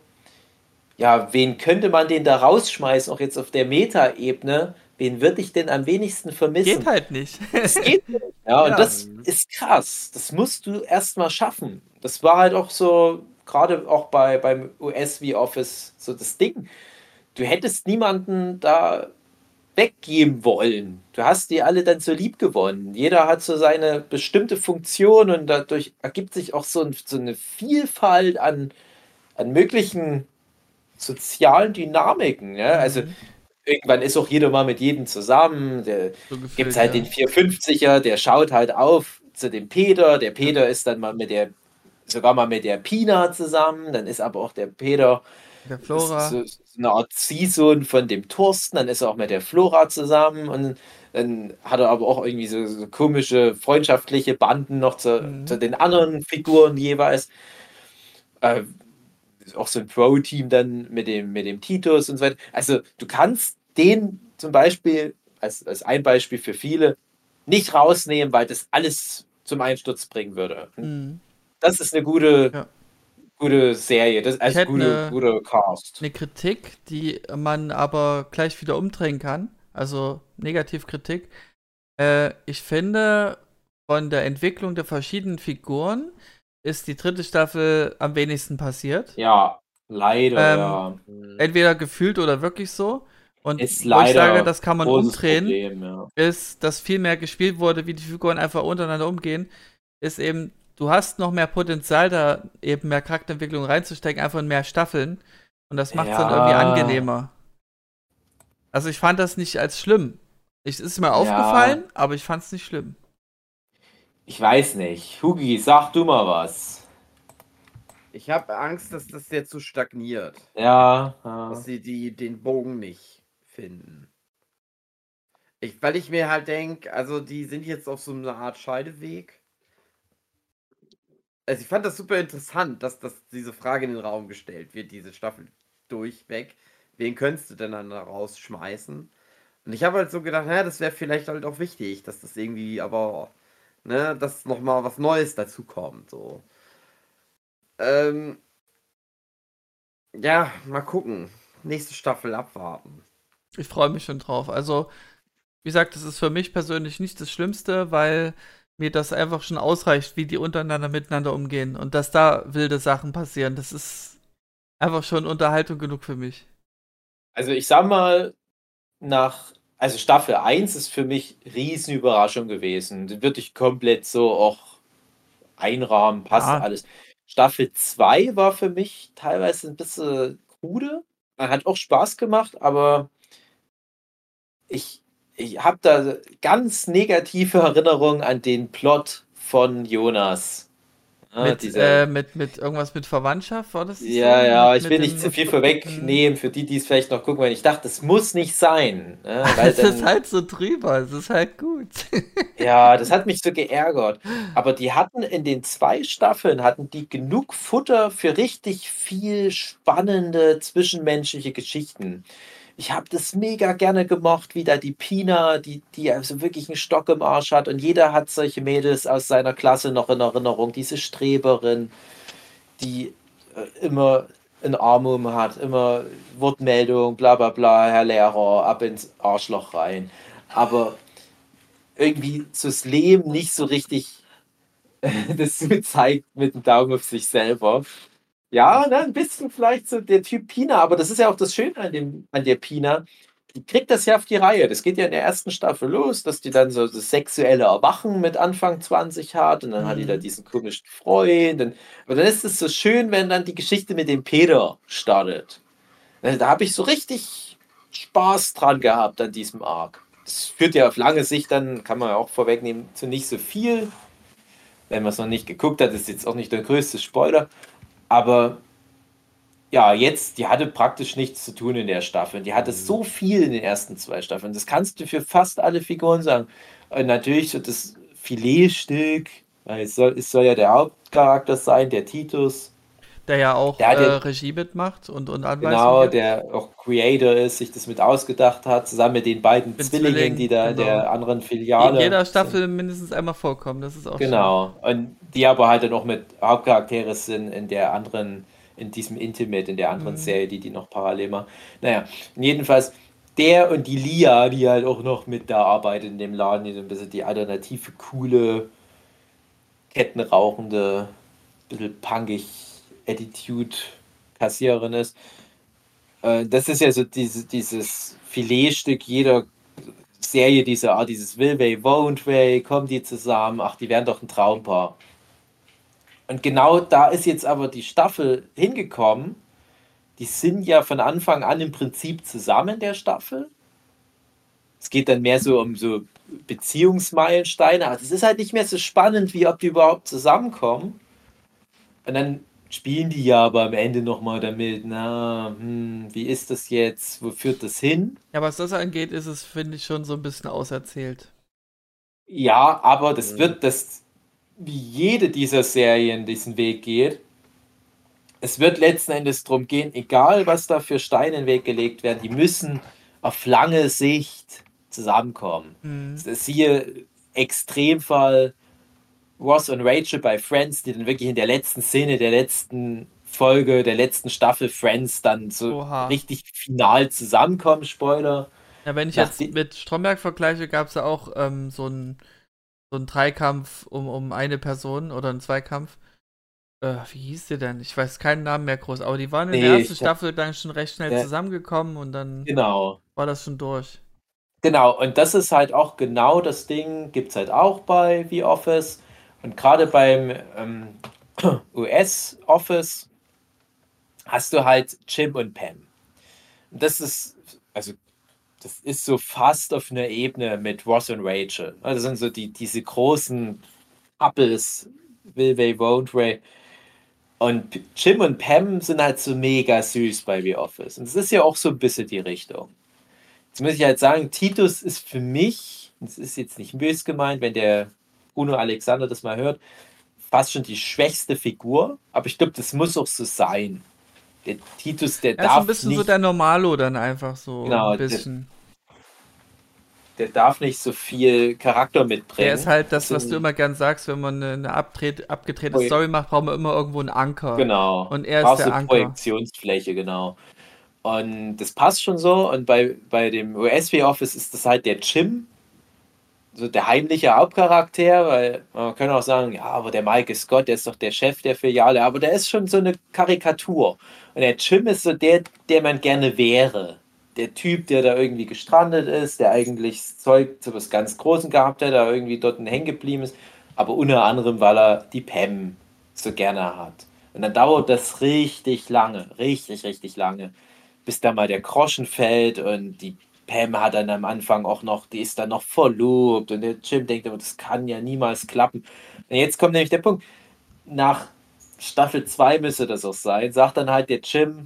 ja, wen könnte man denn da rausschmeißen, auch jetzt auf der Meta-Ebene? Wen würde ich denn am wenigsten vermissen? Geht halt nicht. Es geht nicht. Ja, und Ja. das ist krass. Das musst du erstmal schaffen. Das war halt auch so, gerade auch bei, beim U S V Office, so das Ding. Du hättest niemanden da weggeben wollen. Du hast die alle dann so lieb gewonnen. Jeder hat so seine bestimmte Funktion und dadurch ergibt sich auch so, ein, so eine Vielfalt an, an möglichen sozialen Dynamiken. Ja? Also Mhm. irgendwann ist auch jeder mal mit jedem zusammen. Da So gibt es gefühlt, halt ja. den vierhundertfünfziger, der schaut halt auf zu dem Peter. Der Peter ist dann mal mit der sogar mal mit der Pina zusammen, dann ist aber auch der Peter Der Flora. so, so eine Art Ziehsohn von dem Thorsten, dann ist er auch mit der Flora zusammen und dann hat er aber auch irgendwie so, so komische freundschaftliche Banden noch zu, Mhm. zu den anderen Figuren jeweils. Äh, auch so ein Pro-Team dann mit dem, mit dem Titus und so weiter. Also du kannst den zum Beispiel, als, als ein Beispiel für viele, nicht rausnehmen, weil das alles zum Einsturz bringen würde. Mhm. Das ist eine gute, Ja. gute Serie, das ist Ich also hätte gute, eine, gute Cast. eine Kritik, die man aber gleich wieder umdrehen kann. Also Negativkritik. Äh, ich finde, von der Entwicklung der verschiedenen Figuren ist die dritte Staffel am wenigsten passiert. Ja, leider, Ähm, ja. Entweder gefühlt oder wirklich so. Und Ist wo ich sage, leider das kann man großes umdrehen, Problem, ja. ist, dass viel mehr gespielt wurde, wie die Figuren einfach untereinander umgehen, ist eben, du hast noch mehr Potenzial, da eben mehr Charakterentwicklung reinzustecken, einfach in mehr Staffeln. Und das macht es dann irgendwie Ja. angenehmer. Also ich fand das nicht als schlimm. Es ist mir Ja. aufgefallen, aber ich fand es nicht schlimm. Ich weiß nicht. Hugi, sag du mal was. Ich habe Angst, dass das jetzt so stagniert. Ja, ja. Dass sie die, den Bogen nicht finden. Ich, weil ich mir halt denke, also die sind jetzt auf so einer Art Scheideweg. Also ich fand das super interessant, dass, dass diese Frage in den Raum gestellt wird, diese Staffel durchweg. Wen könntest du denn dann da rausschmeißen? Und ich habe halt so gedacht, naja, das wäre vielleicht halt auch wichtig, dass das irgendwie, aber, ne, dass nochmal was Neues dazu kommt, so. Ähm, ja, mal gucken. Nächste Staffel abwarten. Ich freue mich schon drauf. Also, wie gesagt, das ist für mich persönlich nicht das Schlimmste, weil mir das einfach schon ausreicht, wie die untereinander miteinander umgehen. Und dass da wilde Sachen passieren, das ist einfach schon Unterhaltung genug für mich. Also ich sag mal, nach, also Staffel eins ist für mich riesen Überraschung gewesen. Die würde ich komplett so auch einrahmen, passt Ja. alles. Staffel zwei war für mich teilweise ein bisschen krude. Man hat auch Spaß gemacht, aber ich, ich habe da ganz negative Erinnerungen an den Plot von Jonas. Ja, Mit, dieser, äh, mit, mit irgendwas mit Verwandtschaft, war das nicht ja, so? ja, Mit, ich mit will dem- nicht zu viel vorwegnehmen für die, die es vielleicht noch gucken, weil ich dachte, das muss nicht sein. Ne? Weil Es ist dann, halt so drüber, es ist halt gut. ja, das hat mich so geärgert. Aber die hatten in den zwei Staffeln, hatten die genug Futter für richtig viel spannende zwischenmenschliche Geschichten. Ich habe das mega gerne gemocht, wie da die Pina, die, die also wirklich einen Stock im Arsch hat und jeder hat solche Mädels aus seiner Klasse noch in Erinnerung. Diese Streberin, die äh, immer ein Armum hat, immer Wortmeldung, bla bla bla, Herr Lehrer, ab ins Arschloch rein. Aber irgendwie das Leben nicht so richtig das so zeigt mit dem Daumen auf sich selber. Ja, ne, ein bisschen vielleicht so der Typ Pina, aber das ist ja auch das Schöne an, dem, an der Pina. Die kriegt das ja auf die Reihe. Das geht ja in der ersten Staffel los, dass die dann so das sexuelle Erwachen mit Anfang zwanzig hat und dann hat die da Mhm. diesen komischen Freund. Und, aber dann ist es so schön, wenn dann die Geschichte mit dem Peter startet. Also da habe ich so richtig Spaß dran gehabt an diesem Arc. Das führt ja auf lange Sicht dann, kann man ja auch vorwegnehmen, zu nicht so viel. Wenn man es noch nicht geguckt hat, ist jetzt auch nicht der größte Spoiler. Aber ja, jetzt, die hatte praktisch nichts zu tun in der Staffel. Die hatte so viel in den ersten zwei Staffeln. Das kannst du für fast alle Figuren sagen. Und natürlich so das Filetstück, weil es soll, es soll ja der Hauptcharakter sein, der Titus. Der ja auch Der hat äh, ja- Regie mitmacht und, und Anweisungen Genau, gibt. der auch Creator ist, sich das mit ausgedacht hat, zusammen mit den beiden Mit Zwillingen, Zwillingen, die da in genau. der anderen Die Filiale in jeder sind. Staffel mindestens einmal vorkommen, das ist auch Genau. Und die aber halt dann auch mit Hauptcharaktere sind in der anderen, in diesem Intimate, in der anderen Mhm. Serie, die die noch parallel machen. Naja, jedenfalls der und die Lia, die halt auch noch mit da arbeitet in dem Laden, die so ein bisschen die alternative, coole, kettenrauchende, bisschen punkig Attitude Kassiererin ist. Äh, das ist ja so diese, dieses Filetstück jeder Serie dieser Art, dieses Will Way, Won't Way, kommen die zusammen, ach, die wären doch ein Traumpaar. Und genau da ist jetzt aber die Staffel hingekommen. Die sind ja von Anfang an im Prinzip zusammen, der Staffel. Es geht dann mehr so um so Beziehungsmeilensteine, aber es ist halt nicht mehr so spannend, wie ob die überhaupt zusammenkommen. Und dann spielen die ja aber am Ende nochmal damit, na, hm, wie ist das jetzt, wo führt das hin? Ja, was das angeht, ist es, finde ich, schon so ein bisschen auserzählt. Ja, aber das Mhm. wird, das, wie jede dieser Serien diesen Weg geht, es wird letzten Endes darum gehen, egal was da für Steine in den Weg gelegt werden, die müssen auf lange Sicht zusammenkommen. Mhm. Siehe Extremfall Ross und Rachel bei Friends, die dann wirklich in der letzten Szene, der letzten Folge, der letzten Staffel Friends dann so Oha. richtig final zusammenkommen. Spoiler. Ja, wenn ich Nach jetzt die- mit Stromberg vergleiche, gab es ja auch ähm, so einen so einen Dreikampf um, um eine Person oder einen Zweikampf. Äh, wie hieß die denn? Ich weiß keinen Namen mehr groß, aber die waren in der Nee, ersten ich hab, Staffel dann schon recht schnell der, zusammengekommen und dann genau. war das schon durch. Genau, und das ist halt auch genau das Ding, gibt es halt auch bei The Office. Und gerade beim ähm, U S-Office hast du halt Jim und Pam. Und das ist, also das ist so fast auf einer Ebene mit Ross und Rachel. Also das sind so die, diese großen Couples, Will, Way, Won't, Ray. Und Jim und Pam sind halt so mega süß bei The Office. Und es ist ja auch so ein bisschen die Richtung. Jetzt muss ich halt sagen, Titus ist für mich, das ist jetzt nicht böse gemeint, wenn der Bruno Alexander das mal hört, fast schon die schwächste Figur. Aber ich glaube, das muss auch so sein. Der Titus, der Er ist so ein darf bisschen so nicht, der Normalo dann einfach so ein genau, der, bisschen. der darf nicht so viel Charakter mitbringen. Der ist halt Das das, was du sind, immer gern sagst, wenn man eine, eine abdreht, abgedrehte Story macht, braucht man immer irgendwo einen Anker. genau, Und er ist brauchst der du Anker. Projektionsfläche, genau. Und das passt schon so. Und bei, bei dem U S W Office ist das halt der Jim, so der heimliche Hauptcharakter, weil man kann auch sagen, ja, aber der Mike Scott, der ist doch der Chef der Filiale, aber der ist schon so eine Karikatur. Und der Jim ist so der, der man gerne wäre. Der Typ, der da irgendwie gestrandet ist, der eigentlich das Zeug zu was ganz Großem gehabt hat, da irgendwie dort hängen geblieben ist, aber unter anderem, weil er die Pam so gerne hat. Und dann dauert das richtig lange, richtig, richtig lange, bis da mal der Groschen fällt und die Pam hat dann am Anfang auch noch, die ist dann noch verlobt und der Jim denkt aber, das kann ja niemals klappen. Und jetzt kommt nämlich der Punkt, nach Staffel zwei müsste das auch sein, sagt dann halt der Jim,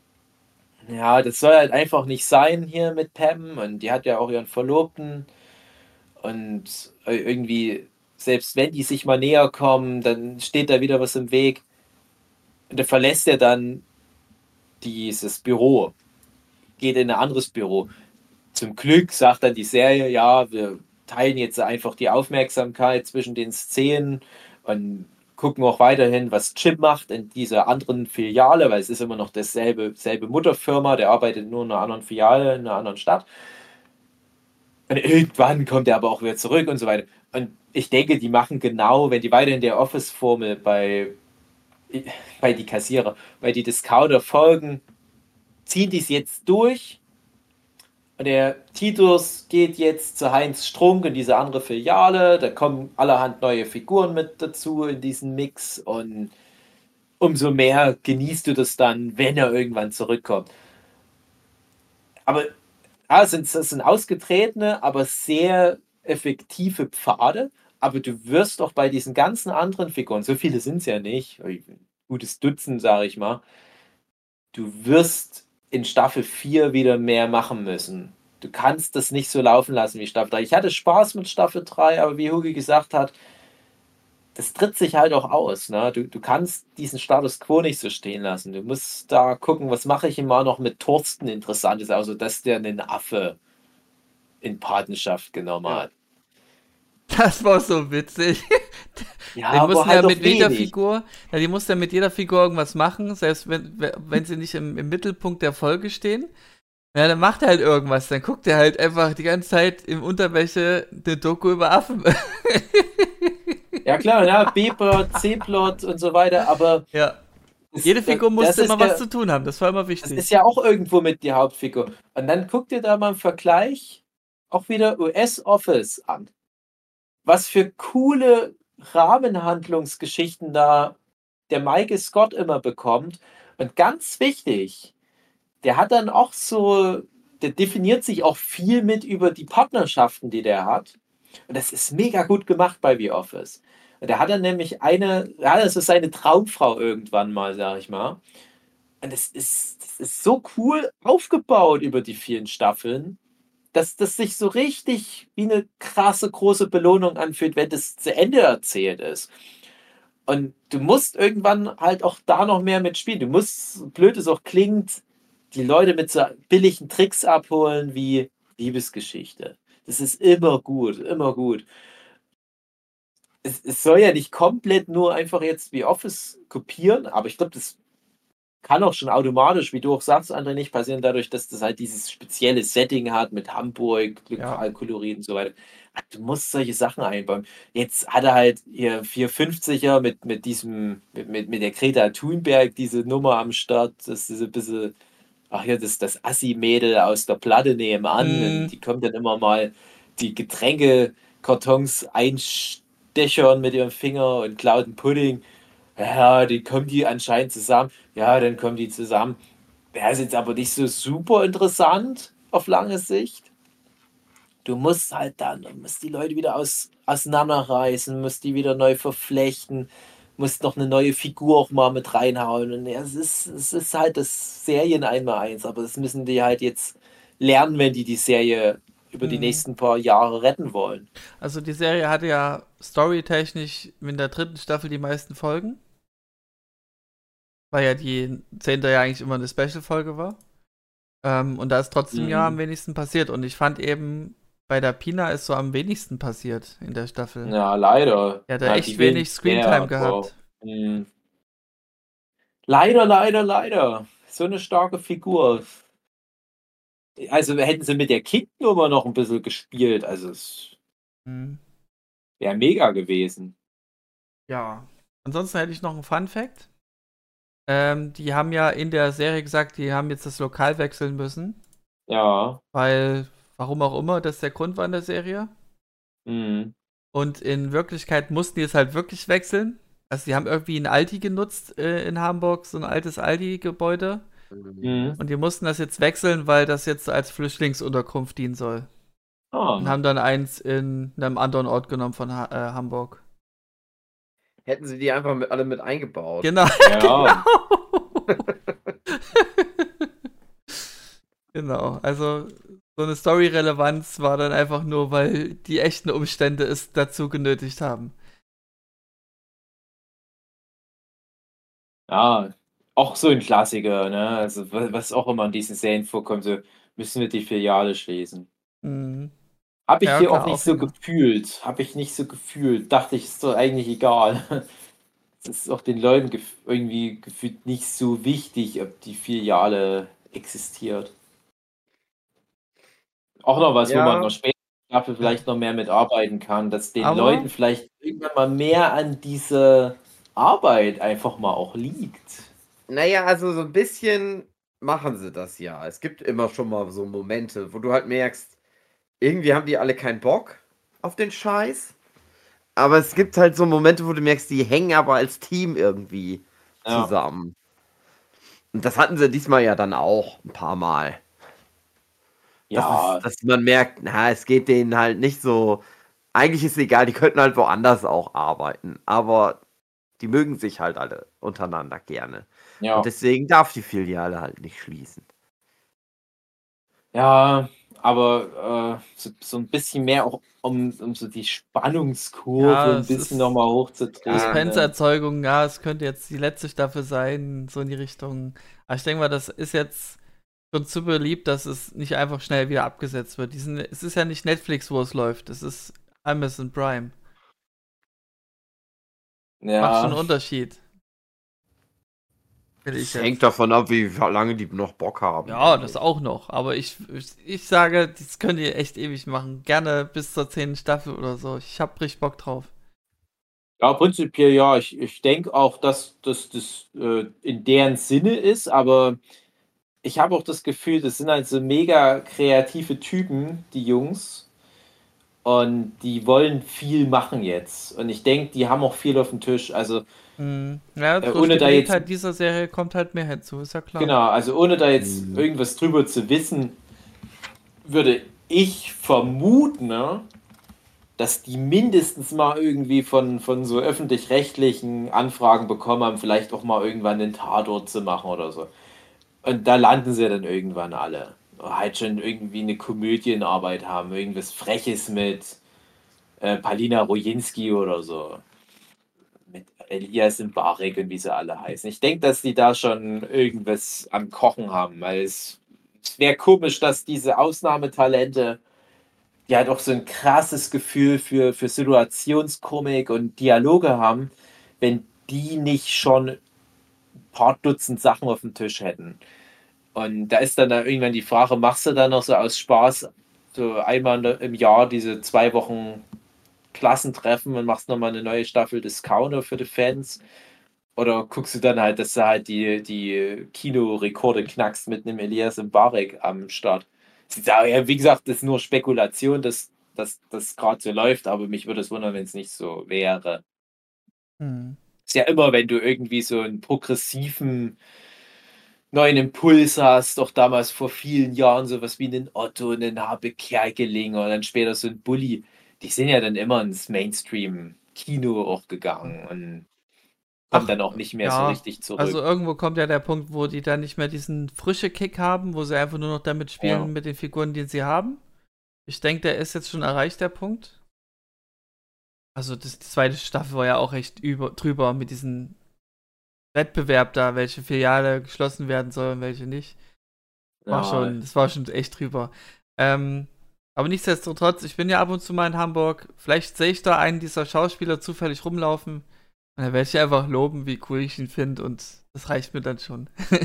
ja, das soll halt einfach nicht sein hier mit Pam und die hat ja auch ihren Verlobten und irgendwie, selbst wenn die sich mal näher kommen, dann steht da wieder was im Weg und da verlässt er dann dieses Büro, geht in ein anderes Büro. Zum Glück sagt dann die Serie, ja, wir teilen jetzt einfach die Aufmerksamkeit zwischen den Szenen und gucken auch weiterhin, was Jim macht in dieser anderen Filiale, weil es ist immer noch dasselbe selbe Mutterfirma, der arbeitet nur in einer anderen Filiale, in einer anderen Stadt. Und irgendwann kommt er aber auch wieder zurück und so weiter. Und ich denke, die machen genau, wenn die weiterhin der Office-Formel bei, bei die Kassierer, bei die Discounter folgen, ziehen die es jetzt durch. Und der Titus geht jetzt zu Heinz Strunk in diese andere Filiale. Da kommen allerhand neue Figuren mit dazu in diesen Mix. Und umso mehr genießt du das dann, wenn er irgendwann zurückkommt. Aber ja, es sind, das sind ausgetretene, aber sehr effektive Pfade. Aber du wirst auch bei diesen ganzen anderen Figuren, so viele sind es ja nicht, ein gutes Dutzend, sage ich mal, du wirst in Staffel vier wieder mehr machen müssen. Du kannst das nicht so laufen lassen wie Staffel drei. Ich hatte Spaß mit Staffel drei, aber wie Hugi gesagt hat, das tritt sich halt auch aus. Ne? Du, du kannst diesen Status quo nicht so stehen lassen. Du musst da gucken, was mache ich immer noch mit Thorsten Interessantes, also dass der einen Affe in Patenschaft genommen Ja. hat. Das war so witzig. Ja, Die aber mussten halt ja doch mit jeder wenig. Figur, ja, die mussten ja mit jeder Figur irgendwas machen, selbst wenn, wenn sie nicht im, im Mittelpunkt der Folge stehen. Ja, dann macht er halt irgendwas. Dann guckt er halt einfach die ganze Zeit im Unterwäsche eine Doku über Affen. Ja klar, ja, B-Plot, C-Plot und so weiter, aber Ja. das, Jede Figur das musste ist immer ja, was zu tun haben. Das war immer das wichtig. ist ja auch irgendwo mit die Hauptfigur. Und dann guck dir da mal im Vergleich auch wieder U S-Office an. Was für coole Rahmenhandlungsgeschichten da der Mike Scott immer bekommt. Und ganz wichtig, der hat dann auch so, der definiert sich auch viel mit über die Partnerschaften, die der hat. Und das ist mega gut gemacht bei The Office. Und der hat dann nämlich eine, ja, das ist seine Traumfrau irgendwann mal, sag ich mal. Und das ist, das ist so cool aufgebaut über die vielen Staffeln, dass das sich so richtig wie eine krasse, große Belohnung anfühlt, wenn das zu Ende erzählt ist. Und du musst irgendwann halt auch da noch mehr mitspielen. Du musst, so blöd es auch klingt, die Leute mit so billigen Tricks abholen wie Liebesgeschichte. Das ist immer gut, immer gut. Es, es soll ja nicht komplett nur einfach jetzt wie Office kopieren, aber ich glaube, das kann auch schon automatisch, wie du auch sagst, André, nicht passieren, dadurch, dass das halt dieses spezielle Setting hat mit Hamburg, Lokalkolorit und so weiter. Du musst solche Sachen einbauen. Jetzt hat er halt hier vierhundertfünfziger mit, mit diesem, mit, mit, mit der Greta Thunberg diese Nummer am Start, das ist ein bisschen, ach ja, das das Assi-Mädel aus der Platte nebenan. Mm. Und die kommt dann immer mal die Getränkekartons einstechern mit ihrem Finger und klaut einen Pudding. Ja, die kommen die anscheinend zusammen. Ja, dann kommen die zusammen. Wäre ist jetzt aber nicht so super interessant auf lange Sicht. Du musst halt dann, du musst die Leute wieder aus, auseinanderreißen, musst die wieder neu verflechten, musst noch eine neue Figur auch mal mit reinhauen. Und ja, es ist, es ist halt das Serien einmal eins, aber das müssen die halt jetzt lernen, wenn die die Serie über die Mhm. nächsten paar Jahre retten wollen. Also die Serie hatte ja storytechnisch in der dritten Staffel die meisten Folgen. Weil ja die zehnte ja eigentlich immer eine Special-Folge war. Ähm, und da ist trotzdem ja am Mhm. wenigsten passiert. Und ich fand eben, bei der Pina ist so am wenigsten passiert in der Staffel. Ja, leider. Er hatte Ja, echt die wenig will- Screentime ja, gehabt. wow. Mhm. Leider, leider, leider. So eine starke Figur. Also hätten sie mit der Kick-Nummer noch ein bisschen gespielt, also es Mhm. wäre mega gewesen. Ja. Ansonsten hätte ich noch einen Fun-Fact. Ähm, die haben ja in der Serie gesagt, die haben jetzt das Lokal wechseln müssen. Ja. Weil, warum auch immer, das der Grund war in der Serie. Mhm. Und in Wirklichkeit mussten die es halt wirklich wechseln. Also die haben irgendwie ein Aldi genutzt äh, in Hamburg, so ein altes Aldi-Gebäude. Mhm. Und die mussten das jetzt wechseln, weil das jetzt als Flüchtlingsunterkunft dienen soll. Und Ah. haben dann eins in einem anderen Ort genommen von ha äh, Hamburg. Hätten sie die einfach mit, alle mit eingebaut. Genau. Ja. Genau. Also so eine Story-Relevanz war dann einfach nur, weil die echten Umstände es dazu genötigt haben. Ja. Auch so ein Klassiker, ne? Also wa- was auch immer in diesen Serien vorkommt, so müssen wir die Filiale schließen. Mhm. Habe ich Ja, hier klar, auch nicht so Aufhänger. gefühlt. Habe ich nicht so gefühlt. Dachte ich, ist doch eigentlich egal. Es ist auch den Leuten gef irgendwie gefühlt nicht so wichtig, ob die Filiale existiert. Auch noch was, wo man Ja. noch später Staffel vielleicht noch mehr mitarbeiten kann, dass den Aber- Leuten vielleicht irgendwann mal mehr an diese Arbeit einfach mal auch liegt. Naja, also so ein bisschen machen sie das ja. Es gibt immer schon mal so Momente, wo du halt merkst, irgendwie haben die alle keinen Bock auf den Scheiß. Aber es gibt halt so Momente, wo du merkst, die hängen aber als Team irgendwie Ja. zusammen. Und das hatten sie diesmal ja dann auch ein paar Mal. Das Ja, ist, dass man merkt, na, es geht denen halt nicht so. Eigentlich ist es egal, die könnten halt woanders auch arbeiten. Aber die mögen sich halt alle untereinander gerne. ja, Und deswegen darf die Filiale halt nicht schließen. ja, aber äh, so, so ein bisschen mehr auch, um, um so die Spannungskurve Ja, ein es bisschen ist- nochmal hochzudrehen. Ja. ne? Suspense-Erzeugung, ja, es könnte jetzt die letzte Staffel sein, so in die Richtung. Aber ich denke mal, das ist jetzt schon zu beliebt, dass es nicht einfach schnell wieder abgesetzt wird. Diesen, es ist ja nicht Netflix, wo es läuft, es ist Amazon Prime. Macht schon einen Ja, Unterschied. Will ich Es jetzt. hängt davon ab, wie lange die noch Bock haben. Ja, das auch noch. Aber ich, ich, ich sage, das könnt ihr echt ewig machen. Gerne bis zur zehnten Staffel oder so. Ich hab richtig Bock drauf. ja, prinzipiell ja. Ich, ich denke auch, dass das dass, äh, in deren Sinne ist, aber ich habe auch das Gefühl, das sind halt so mega kreative Typen, die Jungs. Und die wollen viel machen jetzt. Und ich denke, die haben auch viel auf dem Tisch. Also, Hm. Ja, Äh, durch ohne die da jetzt- Beliebtheit dieser Serie kommt halt mehr hinzu, ist ja klar. genau, also ohne da jetzt Mhm. irgendwas drüber zu wissen, würde ich vermuten, ne, dass die mindestens mal irgendwie von, von so öffentlich-rechtlichen Anfragen bekommen haben, vielleicht auch mal irgendwann einen Tatort zu machen oder so. Und da landen sie dann irgendwann alle. Halt schon irgendwie eine Komödienarbeit haben, irgendwas Freches mit äh, Palina Rojinski oder so. Mit Elias Mbarek und wie sie alle heißen. Ich denke, dass die da schon irgendwas am Kochen haben, weil es, es wäre komisch, dass diese Ausnahmetalente, die halt auch so ein krasses Gefühl für, für Situationskomik und Dialoge haben, wenn die nicht schon ein paar Dutzend Sachen auf dem Tisch hätten. Und da ist dann, dann irgendwann die Frage, machst du dann noch so aus Spaß so einmal im Jahr diese zwei Wochen Klassentreffen und machst nochmal eine neue Staffel Discounter für die Fans? Oder guckst du dann halt, dass du halt die, die Kinorekorde knackst mit einem Elias Mbarek am Start? Ja, wie gesagt, das ist nur Spekulation, dass das gerade so läuft, aber mich würde es wundern, wenn es nicht so wäre. Hm. Ist ja immer, wenn du irgendwie so einen progressiven neuen Impuls hast, doch damals vor vielen Jahren sowas wie einen Otto, einen Habe Kerkeling oder dann später so ein Bully, die sind ja dann immer ins Mainstream-Kino auch gegangen und kommt Ach, dann auch nicht mehr ja, so richtig zurück. Also irgendwo kommt ja der Punkt, wo die dann nicht mehr diesen frische Kick haben, wo sie einfach nur noch damit spielen Ja. mit den Figuren, die sie haben. Ich denke, der ist jetzt schon erreicht, der Punkt. Also das, die zweite Staffel war ja auch echt über, drüber mit diesem Wettbewerb da, welche Filiale geschlossen werden soll und welche nicht. War Ja. schon, das war schon echt drüber. Ähm, aber nichtsdestotrotz, ich bin ja ab und zu mal in Hamburg. Vielleicht sehe ich da einen dieser Schauspieler zufällig rumlaufen. Und dann werde ich einfach loben, wie cool ich ihn finde. Und das reicht mir dann schon.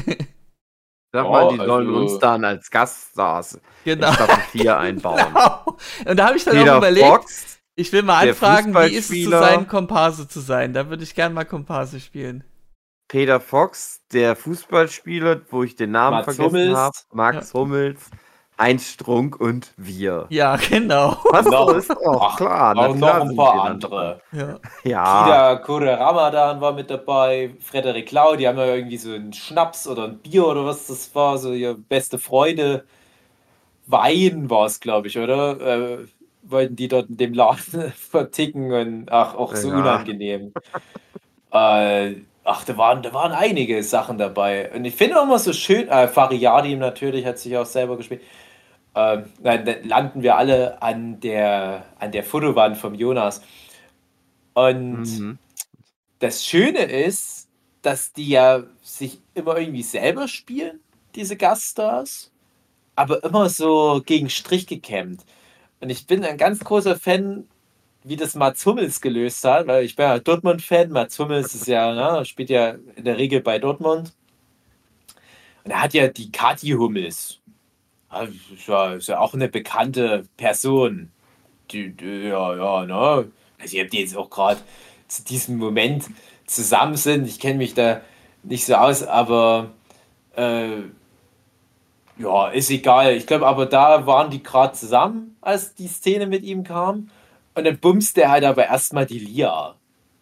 Sag Ja, mal, die sollen also- uns dann als Gaststars Genau. in Staffel vier einbauen. Genau. Und da habe ich dann auch Peter überlegt, Fox, ich will mal der anfragen, wie ist es zu Fußballspieler. sein, Komparse zu sein. Da würde ich gerne mal Komparse spielen. Peter Fox, der Fußballspieler, wo ich den Namen Mats vergessen Hummels. habe, Max Hummels, Heinz Strunk und wir. Ja, genau. Was Noch- ist auch Ach, klar. na Auch klar noch ein sind paar wir dann andere. Ja. dran. Ja, Kida Kure Ramadan war mit dabei, Frederik Lau, die haben ja irgendwie so einen Schnaps oder ein Bier oder was das war, so ihre beste Freunde. Wein war es, glaube ich, oder? Äh, wollten die dort in dem Laden verticken und ach, auch so Ja. unangenehm. äh, ach, da waren, da waren einige Sachen dabei. Und ich finde auch immer so schön, äh, Fariadim natürlich hat sich auch selber gespielt. Ähm, nein, dann landen wir alle an der, an der Fotowand vom Jonas. Und Mhm. das Schöne ist, dass die ja sich immer irgendwie selber spielen, diese Gaststars, aber immer so gegen Strich gekämmt. Und ich bin ein ganz großer Fan, wie das Mats Hummels gelöst hat, weil ich bin ja Dortmund-Fan. Mats Hummels ist ja, ne, spielt ja in der Regel bei Dortmund. Und er hat ja die Kathi Hummels. Ja, ist ja, ist ja auch eine bekannte Person. Die, die, ja, ja, ne? Also, ihr habt die jetzt auch gerade zu diesem Moment zusammen sind. Ich kenne mich da nicht so aus, aber äh, ja, ist egal. Ich glaube, aber da waren die gerade zusammen, als die Szene mit ihm kam. Und dann bumst der halt aber erstmal die Lia.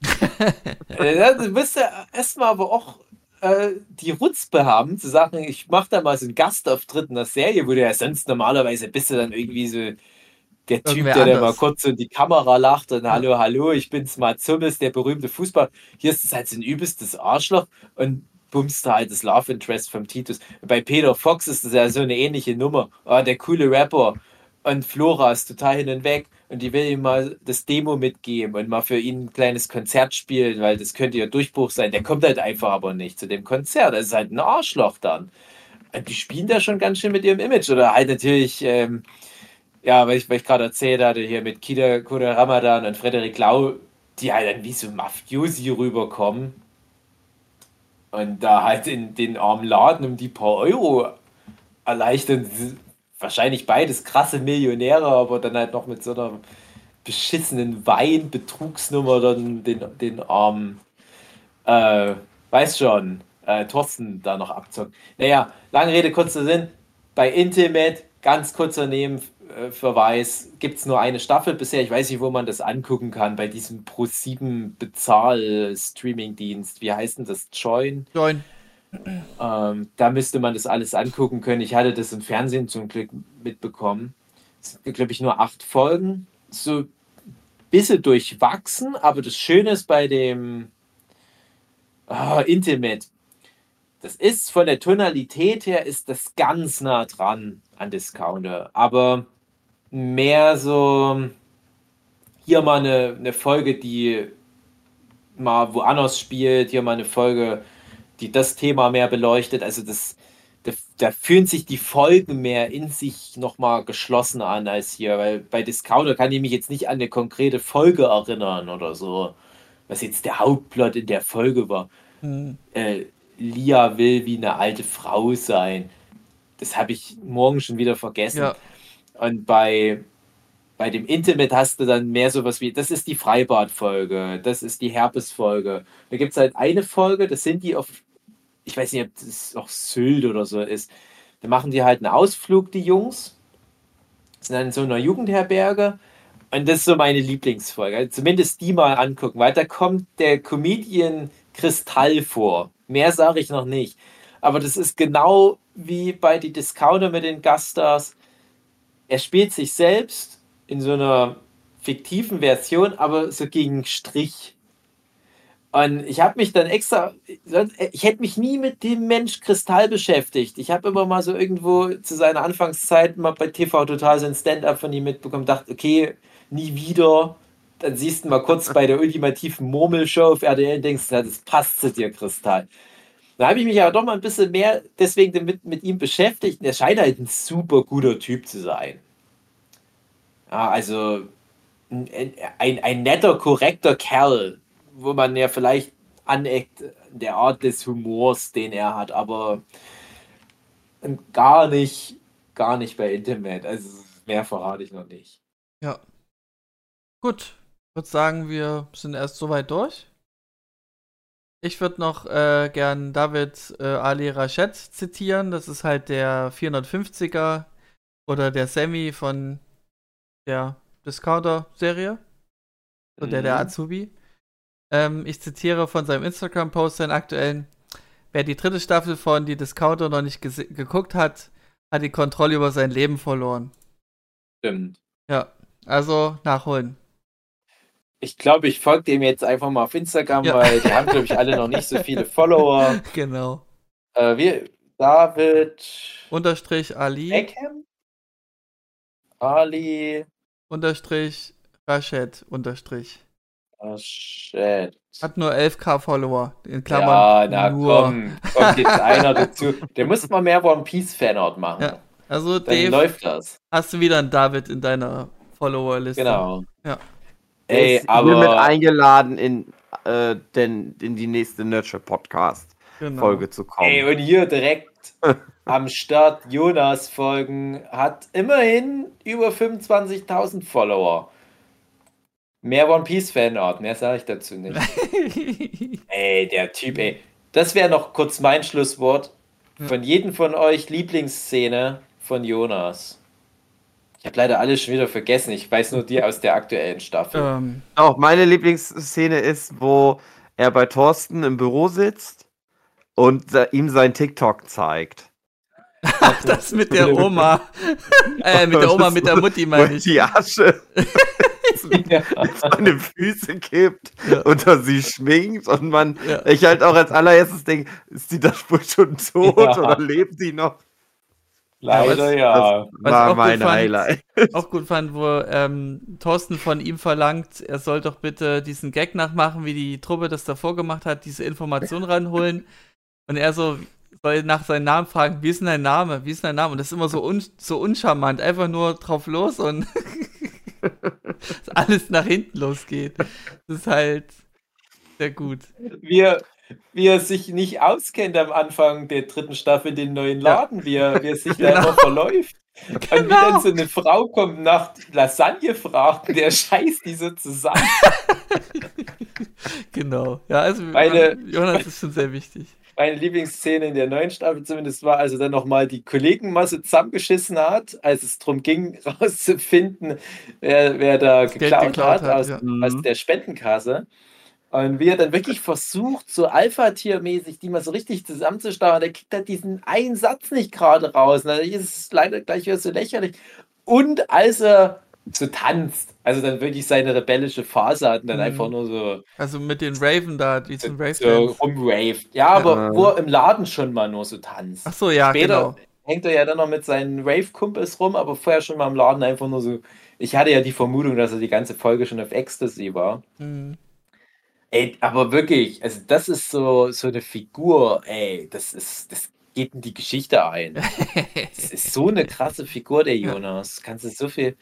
äh, du musst ja erstmal aber auch äh, die Rutzpe haben, zu sagen, ich mache da mal so einen Gastauftritt in der Serie, wo du ja sonst normalerweise bist du dann irgendwie so der Typ, Irgendwer der da mal anders. kurz so in die Kamera lacht und hallo, hallo, ich bin's Mats Hummels, der berühmte Fußball. Hier ist es halt so ein übelstes Arschloch und bummst da halt das Love Interest vom Titus. Bei Peter Fox ist das ja so eine ähnliche Nummer. Ah, der coole Rapper. Und Flora ist total hin und weg und die will ihm mal das Demo mitgeben und mal für ihn ein kleines Konzert spielen, weil das könnte ja Durchbruch sein. Der kommt halt einfach aber nicht zu dem Konzert. Das ist halt ein Arschloch dann. Und die spielen da schon ganz schön mit ihrem Image. Oder halt natürlich, ähm, ja, weil ich, weil ich gerade erzählt hatte, hier mit Kida Kura Ramadan und Frederik Lau, die halt dann wie so Mafiosi rüberkommen und da halt in den armen Laden um die paar Euro erleichtern. Wahrscheinlich beides krasse Millionäre, aber dann halt noch mit so einer beschissenen Wein-Betrugsnummer dann den, den armen, äh, weiß schon, äh, Thorsten da noch abzocken. Naja, lange Rede, kurzer Sinn. Bei Intimate, ganz kurzer Nebenverweis, gibt es nur eine Staffel bisher. Ich weiß nicht, wo man das angucken kann, bei diesem Pro sieben Bezahl-Streaming-Dienst. Wie heißt denn das? Join? Join. Ähm, da müsste man das alles angucken können. Ich hatte das im Fernsehen zum Glück mitbekommen. Es sind, glaube ich, nur acht Folgen. So bisschen durchwachsen, aber das Schöne ist bei dem oh, Intimate, das ist von der Tonalität her, ist das ganz nah dran an Discounter, aber mehr so hier mal eine, eine Folge, die mal woanders spielt, hier mal eine Folge, die das Thema mehr beleuchtet, also das Da, da fühlen sich die Folgen mehr in sich nochmal geschlossen an als hier, weil bei Discounter kann ich mich jetzt nicht an eine konkrete Folge erinnern oder so, was jetzt der Hauptplot in der Folge war. Hm. Äh, Lia will wie eine alte Frau sein. Das habe ich morgen schon wieder vergessen. Ja. Und bei, bei dem Intimate hast du dann mehr sowas wie, das ist die Freibad-Folge, das ist die Herpes-Folge. Da gibt es halt eine Folge, das sind die auf, ich weiß nicht, ob das auch Sylt oder so ist. Da machen die halt einen Ausflug, die Jungs. Sind dann in so einer Jugendherberge. Und das ist so meine Lieblingsfolge. Also zumindest die mal angucken, weil da kommt der Comedian Kristall vor. Mehr sage ich noch nicht. Aber das ist genau wie bei die Discounter mit den Gaststars. Er spielt sich selbst in so einer fiktiven Version, aber so gegen Strich. Und ich habe mich dann extra, ich hätte mich nie mit dem Mensch Kristall beschäftigt. Ich habe immer mal so irgendwo zu seiner Anfangszeit mal bei T V Total so ein Stand-up von ihm mitbekommen, dachte, okay, nie wieder. Dann siehst du mal kurz bei der ultimativen Murmelshow auf R T L und denkst, das passt zu dir, Kristall. Da habe ich mich aber doch mal ein bisschen mehr deswegen mit, mit ihm beschäftigt. Und er scheint halt ein super guter Typ zu sein. Ja, also ein, ein, ein netter, korrekter Kerl, wo man ja vielleicht aneckt, der Art des Humors, den er hat, aber gar nicht, gar nicht bei Intimate. Also mehr verrate ich noch nicht. Ja. Gut. Ich würde sagen, wir sind erst soweit durch. Ich würde noch äh, gern David äh, Ali Rashid zitieren. Das ist halt der vierhundertfünfziger oder der Sammy von der Discounter-Serie. So der, der Azubi. Ähm, ich zitiere von seinem Instagram-Post, seinen aktuellen: Wer die dritte Staffel von Die Discounter noch nicht geguckt hat, hat die Kontrolle über sein Leben verloren. Stimmt. Ja, also nachholen. Ich glaube, ich folge dem jetzt einfach mal auf Instagram, Ja. weil die haben, glaube ich, alle noch nicht so viele Follower. Genau. Äh, wir, David Unterstrich Ali. Beckham? Ali. Unterstrich Rashid. Unterstrich. Oh, shit. Hat nur elftausend Follower. In Klammern Ja, na nur. komm, kommt jetzt einer dazu. Der muss mal mehr One Piece Fanart machen. Ja, also Dann Dave, läuft das. hast du wieder einen David in deiner Follower-Liste. Genau. Ja. Ey, ist aber hiermit eingeladen, in, äh, denn, in die nächste Nurture-Podcast-Folge Genau. zu kommen. ey, und hier direkt am Start Jonas Folgen hat immerhin über fünfundzwanzigtausend Follower. Mehr One Piece Fanart, mehr sage ich dazu nicht. Ey, der Typ, ey. Das wäre noch kurz mein Schlusswort. Von jedem von euch Lieblingsszene von Jonas. Ich habe leider alles schon wieder vergessen. Ich weiß nur die aus der aktuellen Staffel. ähm, Auch meine Lieblingsszene ist, wo er bei Thorsten im Büro sitzt und äh, ihm sein TikTok zeigt. das mit der Oma. äh, mit der Oma, mit der Mutti meine Wo ich. die Asche Ja. auf seine Füße kippt Ja. und er sie schminkt und man, Ja. ich halt auch als allererstes denke, ist die da wohl schon tot Ja. oder lebt die noch? Leider was- ja. Was War ich auch mein gut fand, Highlight. auch gut fand, wo ähm, Thorsten von ihm verlangt, er soll doch bitte diesen Gag nachmachen, wie die Truppe das davor gemacht hat, diese Information ranholen. Und er so soll nach seinem Namen fragen, wie ist denn dein Name? Wie ist dein Name? Und das ist immer so, un so uncharmant, einfach nur drauf los und alles nach hinten losgeht. Das ist halt sehr gut. Wie er, wie er sich nicht auskennt am Anfang der dritten Staffel, den neuen Laden, wie, er, wie er sich da Genau. immer verläuft. Und wie Genau. dann so eine Frau kommt nach Lasagne fragt, der scheißt die so zusammen. Genau. Ja, also Meine- Jonas ist schon sehr wichtig. Meine Lieblingsszene in der neuen Staffel zumindest war, als er dann nochmal die Kollegenmasse zusammengeschissen hat, als es darum ging, rauszufinden, wer, wer da Das Geld geklaut, geklaut hat, hat, aus, ja. aus der Spendenkasse. Und wie er dann wirklich versucht, so Alpha-Tier-mäßig die mal so richtig zusammenzusteuern, der kriegt halt diesen einen Satz nicht gerade raus. Und dann ist es leider gleich wieder so lächerlich. Und als er so tanzt. Also dann wirklich seine rebellische Phase hat und dann Mhm. einfach nur so, Also mit den Raven da, diesen so, Rave so Dance. rumraved. Ja, aber wo er im Laden schon mal nur so tanzt. Ach so, ja, Später genau. hängt er ja dann noch mit seinen Rave-Kumpels rum, aber vorher schon mal im Laden einfach nur so. Ich hatte ja die Vermutung, dass er die ganze Folge schon auf Ecstasy war. Mhm. Ey, aber wirklich, also das ist so, so eine Figur, ey, das ist, das geht in die Geschichte ein. Das ist so eine krasse Figur, der Ja. Jonas. Kannst du so viel.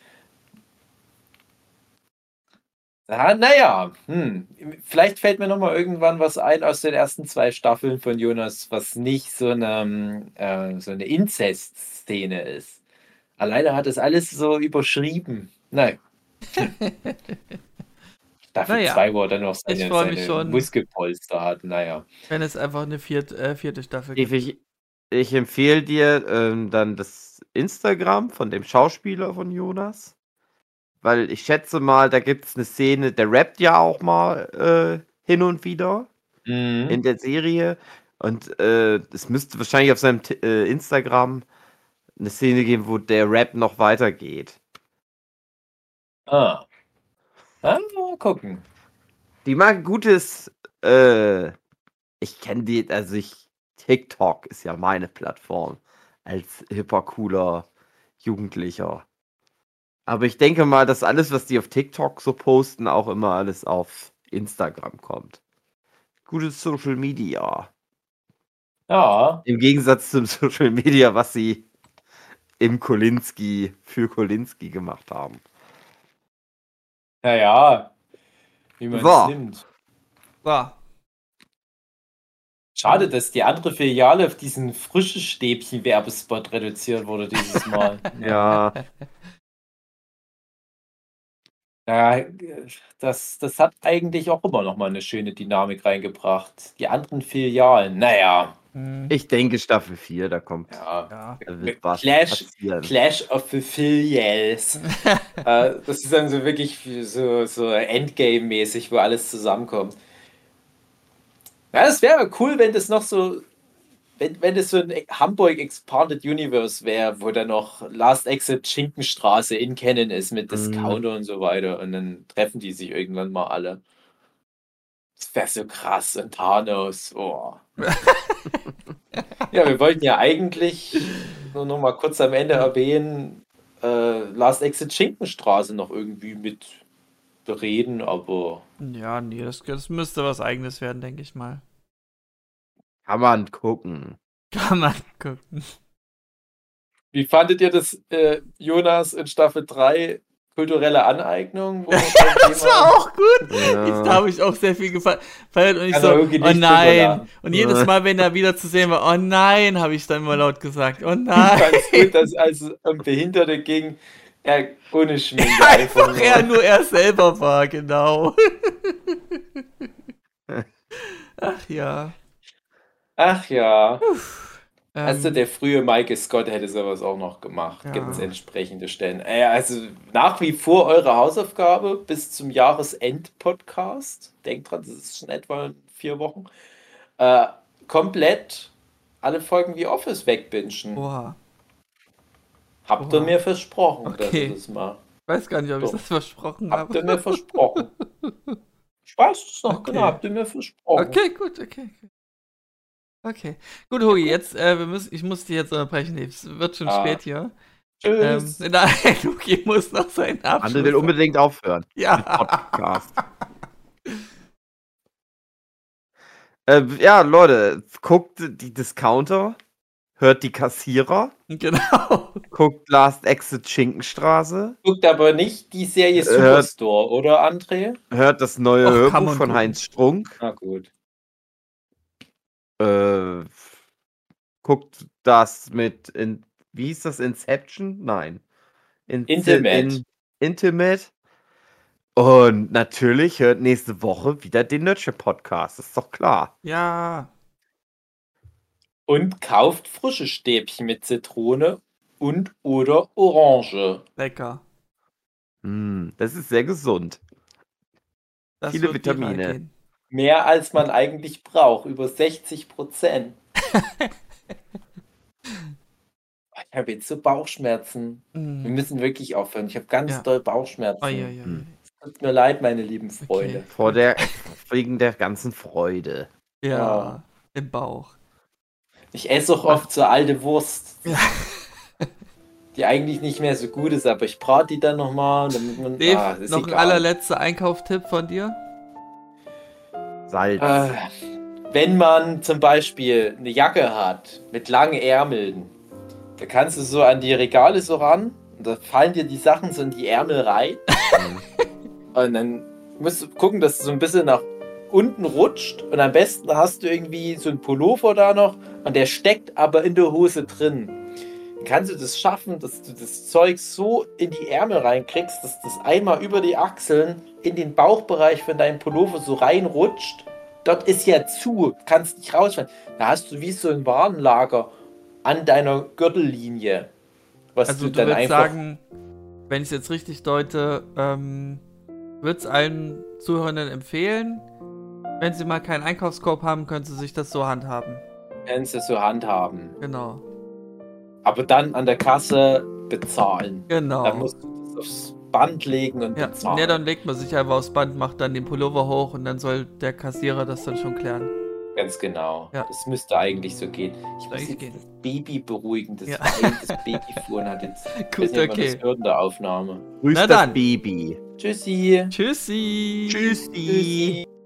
Ah, naja, hm. Vielleicht fällt mir noch mal irgendwann was ein aus den ersten zwei Staffeln von Jonas, was nicht so eine, äh, so eine Inzest-Szene ist. Alleine hat es alles so überschrieben. Nein. Hm. Staffel Naja, zwei, wo er dann noch ich seine, freue mich seine schon, Muskelpolster hat. Naja. wenn es einfach eine viert, äh, vierte Staffel gibt. Ich, ich empfehle dir ähm, dann das Instagram von dem Schauspieler von Jonas. Weil ich schätze mal, da gibt es eine Szene, der rappt ja auch mal äh, hin und wieder Mhm. in der Serie. Und äh, es müsste wahrscheinlich auf seinem T äh, Instagram eine Szene geben, wo der Rap noch weitergeht. Ah. Ah, mal gucken. Die mag gutes, äh, ich kenne die, also ich, TikTok ist ja meine Plattform als hipper, cooler Jugendlicher. Aber ich denke mal, dass alles, was die auf TikTok so posten, auch immer alles auf Instagram kommt. Gutes Social Media. Ja. Im Gegensatz zum Social Media, was sie im Kolinski für Kolinski gemacht haben. Naja, wie man es So. nimmt. So. Schade, dass die andere Filiale auf diesen frische Stäbchen-Werbespot reduziert wurde dieses Mal. Ja, Ja, das, das hat eigentlich auch immer noch mal eine schöne Dynamik reingebracht. Die anderen Filialen, naja, Mhm. ich denke Staffel vier, da kommt, ja. Ja. da wird was Clash, passieren. Clash of the Filials. äh, das ist dann so wirklich so, so Endgame-mäßig, wo alles zusammenkommt. Ja, es wäre cool, wenn das noch so, wenn, wenn das so ein Hamburg Expanded Universe wäre, wo dann noch Last Exit Schinkenstraße in Canon ist mit Discounter und so weiter und dann treffen die sich irgendwann mal alle. Das wäre so krass und Thanos. Oh. Ja, wir wollten ja eigentlich nur noch mal kurz am Ende erwähnen, äh, Last Exit Schinkenstraße noch irgendwie mit bereden, aber Ja, nee, das, das müsste was Eigenes werden, denke ich mal. Kann man gucken. Kann man gucken. wie fandet ihr das, äh, Jonas in Staffel drei kulturelle Aneignung? Wo Das war auch gut. Ja. Ich, da habe ich auch sehr viel gefeiert. Und ich Also so, irgendwie oh nicht drüber nein. lachen. Und jedes Mal, wenn er wieder zu sehen war, oh nein, habe ich dann immer laut gesagt, oh Ich nein. fand's gut, dass als es um Behinderte ging, er ohne Schminke Einfach nur- er nur er selber war, genau. Ach ja. Ach ja. Ähm, Also der frühe Michael Scott hätte sowas auch noch gemacht. Ja. Gibt es entsprechende Stellen. Äh, also nach wie vor eure Hausaufgabe bis zum Jahresend-Podcast. Denkt dran, das ist schon etwa in vier Wochen. Äh, komplett alle Folgen wie Office wegbingen. Oha. Habt ihr Oha. mir versprochen, dass Okay. ihr das macht. Ich weiß gar nicht, ob ich So. das versprochen Habt ihr habe. mir versprochen. Ich weiß es noch Okay. genau, habt ihr mir versprochen. Okay, gut, okay. okay. Okay. Gut, Hugi, jetzt, äh, wir müssen, ich muss dich jetzt unterbrechen. Es wird schon Ah. spät hier. Ähm, Tschüss. nein, Hugi muss noch seinen Abschluss. André will unbedingt aufhören. Ja. Podcast. äh, ja, Leute, guckt die Discounter, hört die Kassierer, Genau. guckt Last Exit Schinkenstraße, Guckt aber nicht die Serie Äh, Superstore, oder André? hört das neue Och, kann Hörbuch man von gucken. Heinz Strunk, Na gut. äh, guckt das mit, in, wie hieß das, Inception? Nein. In, Intimate. In, Intimate. Und natürlich hört nächste Woche wieder den Nerdship Podcast, ist doch klar. Ja. Und kauft frische Stäbchen mit Zitrone und oder Orange. Lecker. Mm, das ist sehr gesund. Das Viele wird viral Vitamine. gehen. Mehr als man eigentlich braucht. Über sechzig Prozent. Ich habe jetzt so Bauchschmerzen. Wir Mm. müssen wirklich aufhören. Ich habe ganz Ja. doll Bauchschmerzen. Ai, ai, ai. Hm. Tut mir leid, meine lieben Freunde. Okay. Vor der, wegen der ganzen Freude. Ja, Ja. im Bauch. Ich esse auch oft so alte Wurst, Ja. die eigentlich nicht mehr so gut ist, aber ich brate die dann nochmal, damit man. Dave, ah, ist noch ein egal. allerletzter Einkaufstipp von dir? Salz. Äh, wenn man zum Beispiel eine Jacke hat mit langen Ärmeln, da kannst du so an die Regale so ran und da fallen dir die Sachen so in die Ärmel rein. Und dann musst du gucken, dass du so ein bisschen nach unten rutscht und am besten hast du irgendwie so einen Pullover da noch und der steckt aber in der Hose drin. Dann kannst du das schaffen, dass du das Zeug so in die Ärmel reinkriegst, dass das einmal über die Achseln in den Bauchbereich von deinem Pullover so reinrutscht. Dort ist ja zu, kannst nicht rausfallen. Da hast du wie so ein Warenlager an deiner Gürtellinie. Was Also du du dann würdest einfach. sagen, wenn ich es jetzt richtig deute, ähm, würdest allen Zuhörenden empfehlen, wenn sie mal keinen Einkaufskorb haben, können sie sich das so handhaben. Kannst du so handhaben. Genau. Aber dann an der Kasse bezahlen. Genau. Dann musst du das aufs Band legen und Ja, bezahlen. ne, dann legt man sich einfach aufs Band, macht dann den Pullover hoch und dann soll der Kassierer das dann schon klären. Ganz genau. Ja. Das müsste eigentlich so gehen. Ich muss eigentlich jetzt gehen. das Baby beruhigen. Das, Ja. Weint, das Baby fuhren hat jetzt. Ich Gut, weiß nicht, ob man okay. das hört in der Aufnahme. Grüß Na das dann. Baby. Tschüssi. Tschüssi. Tschüssi. Tschüssi.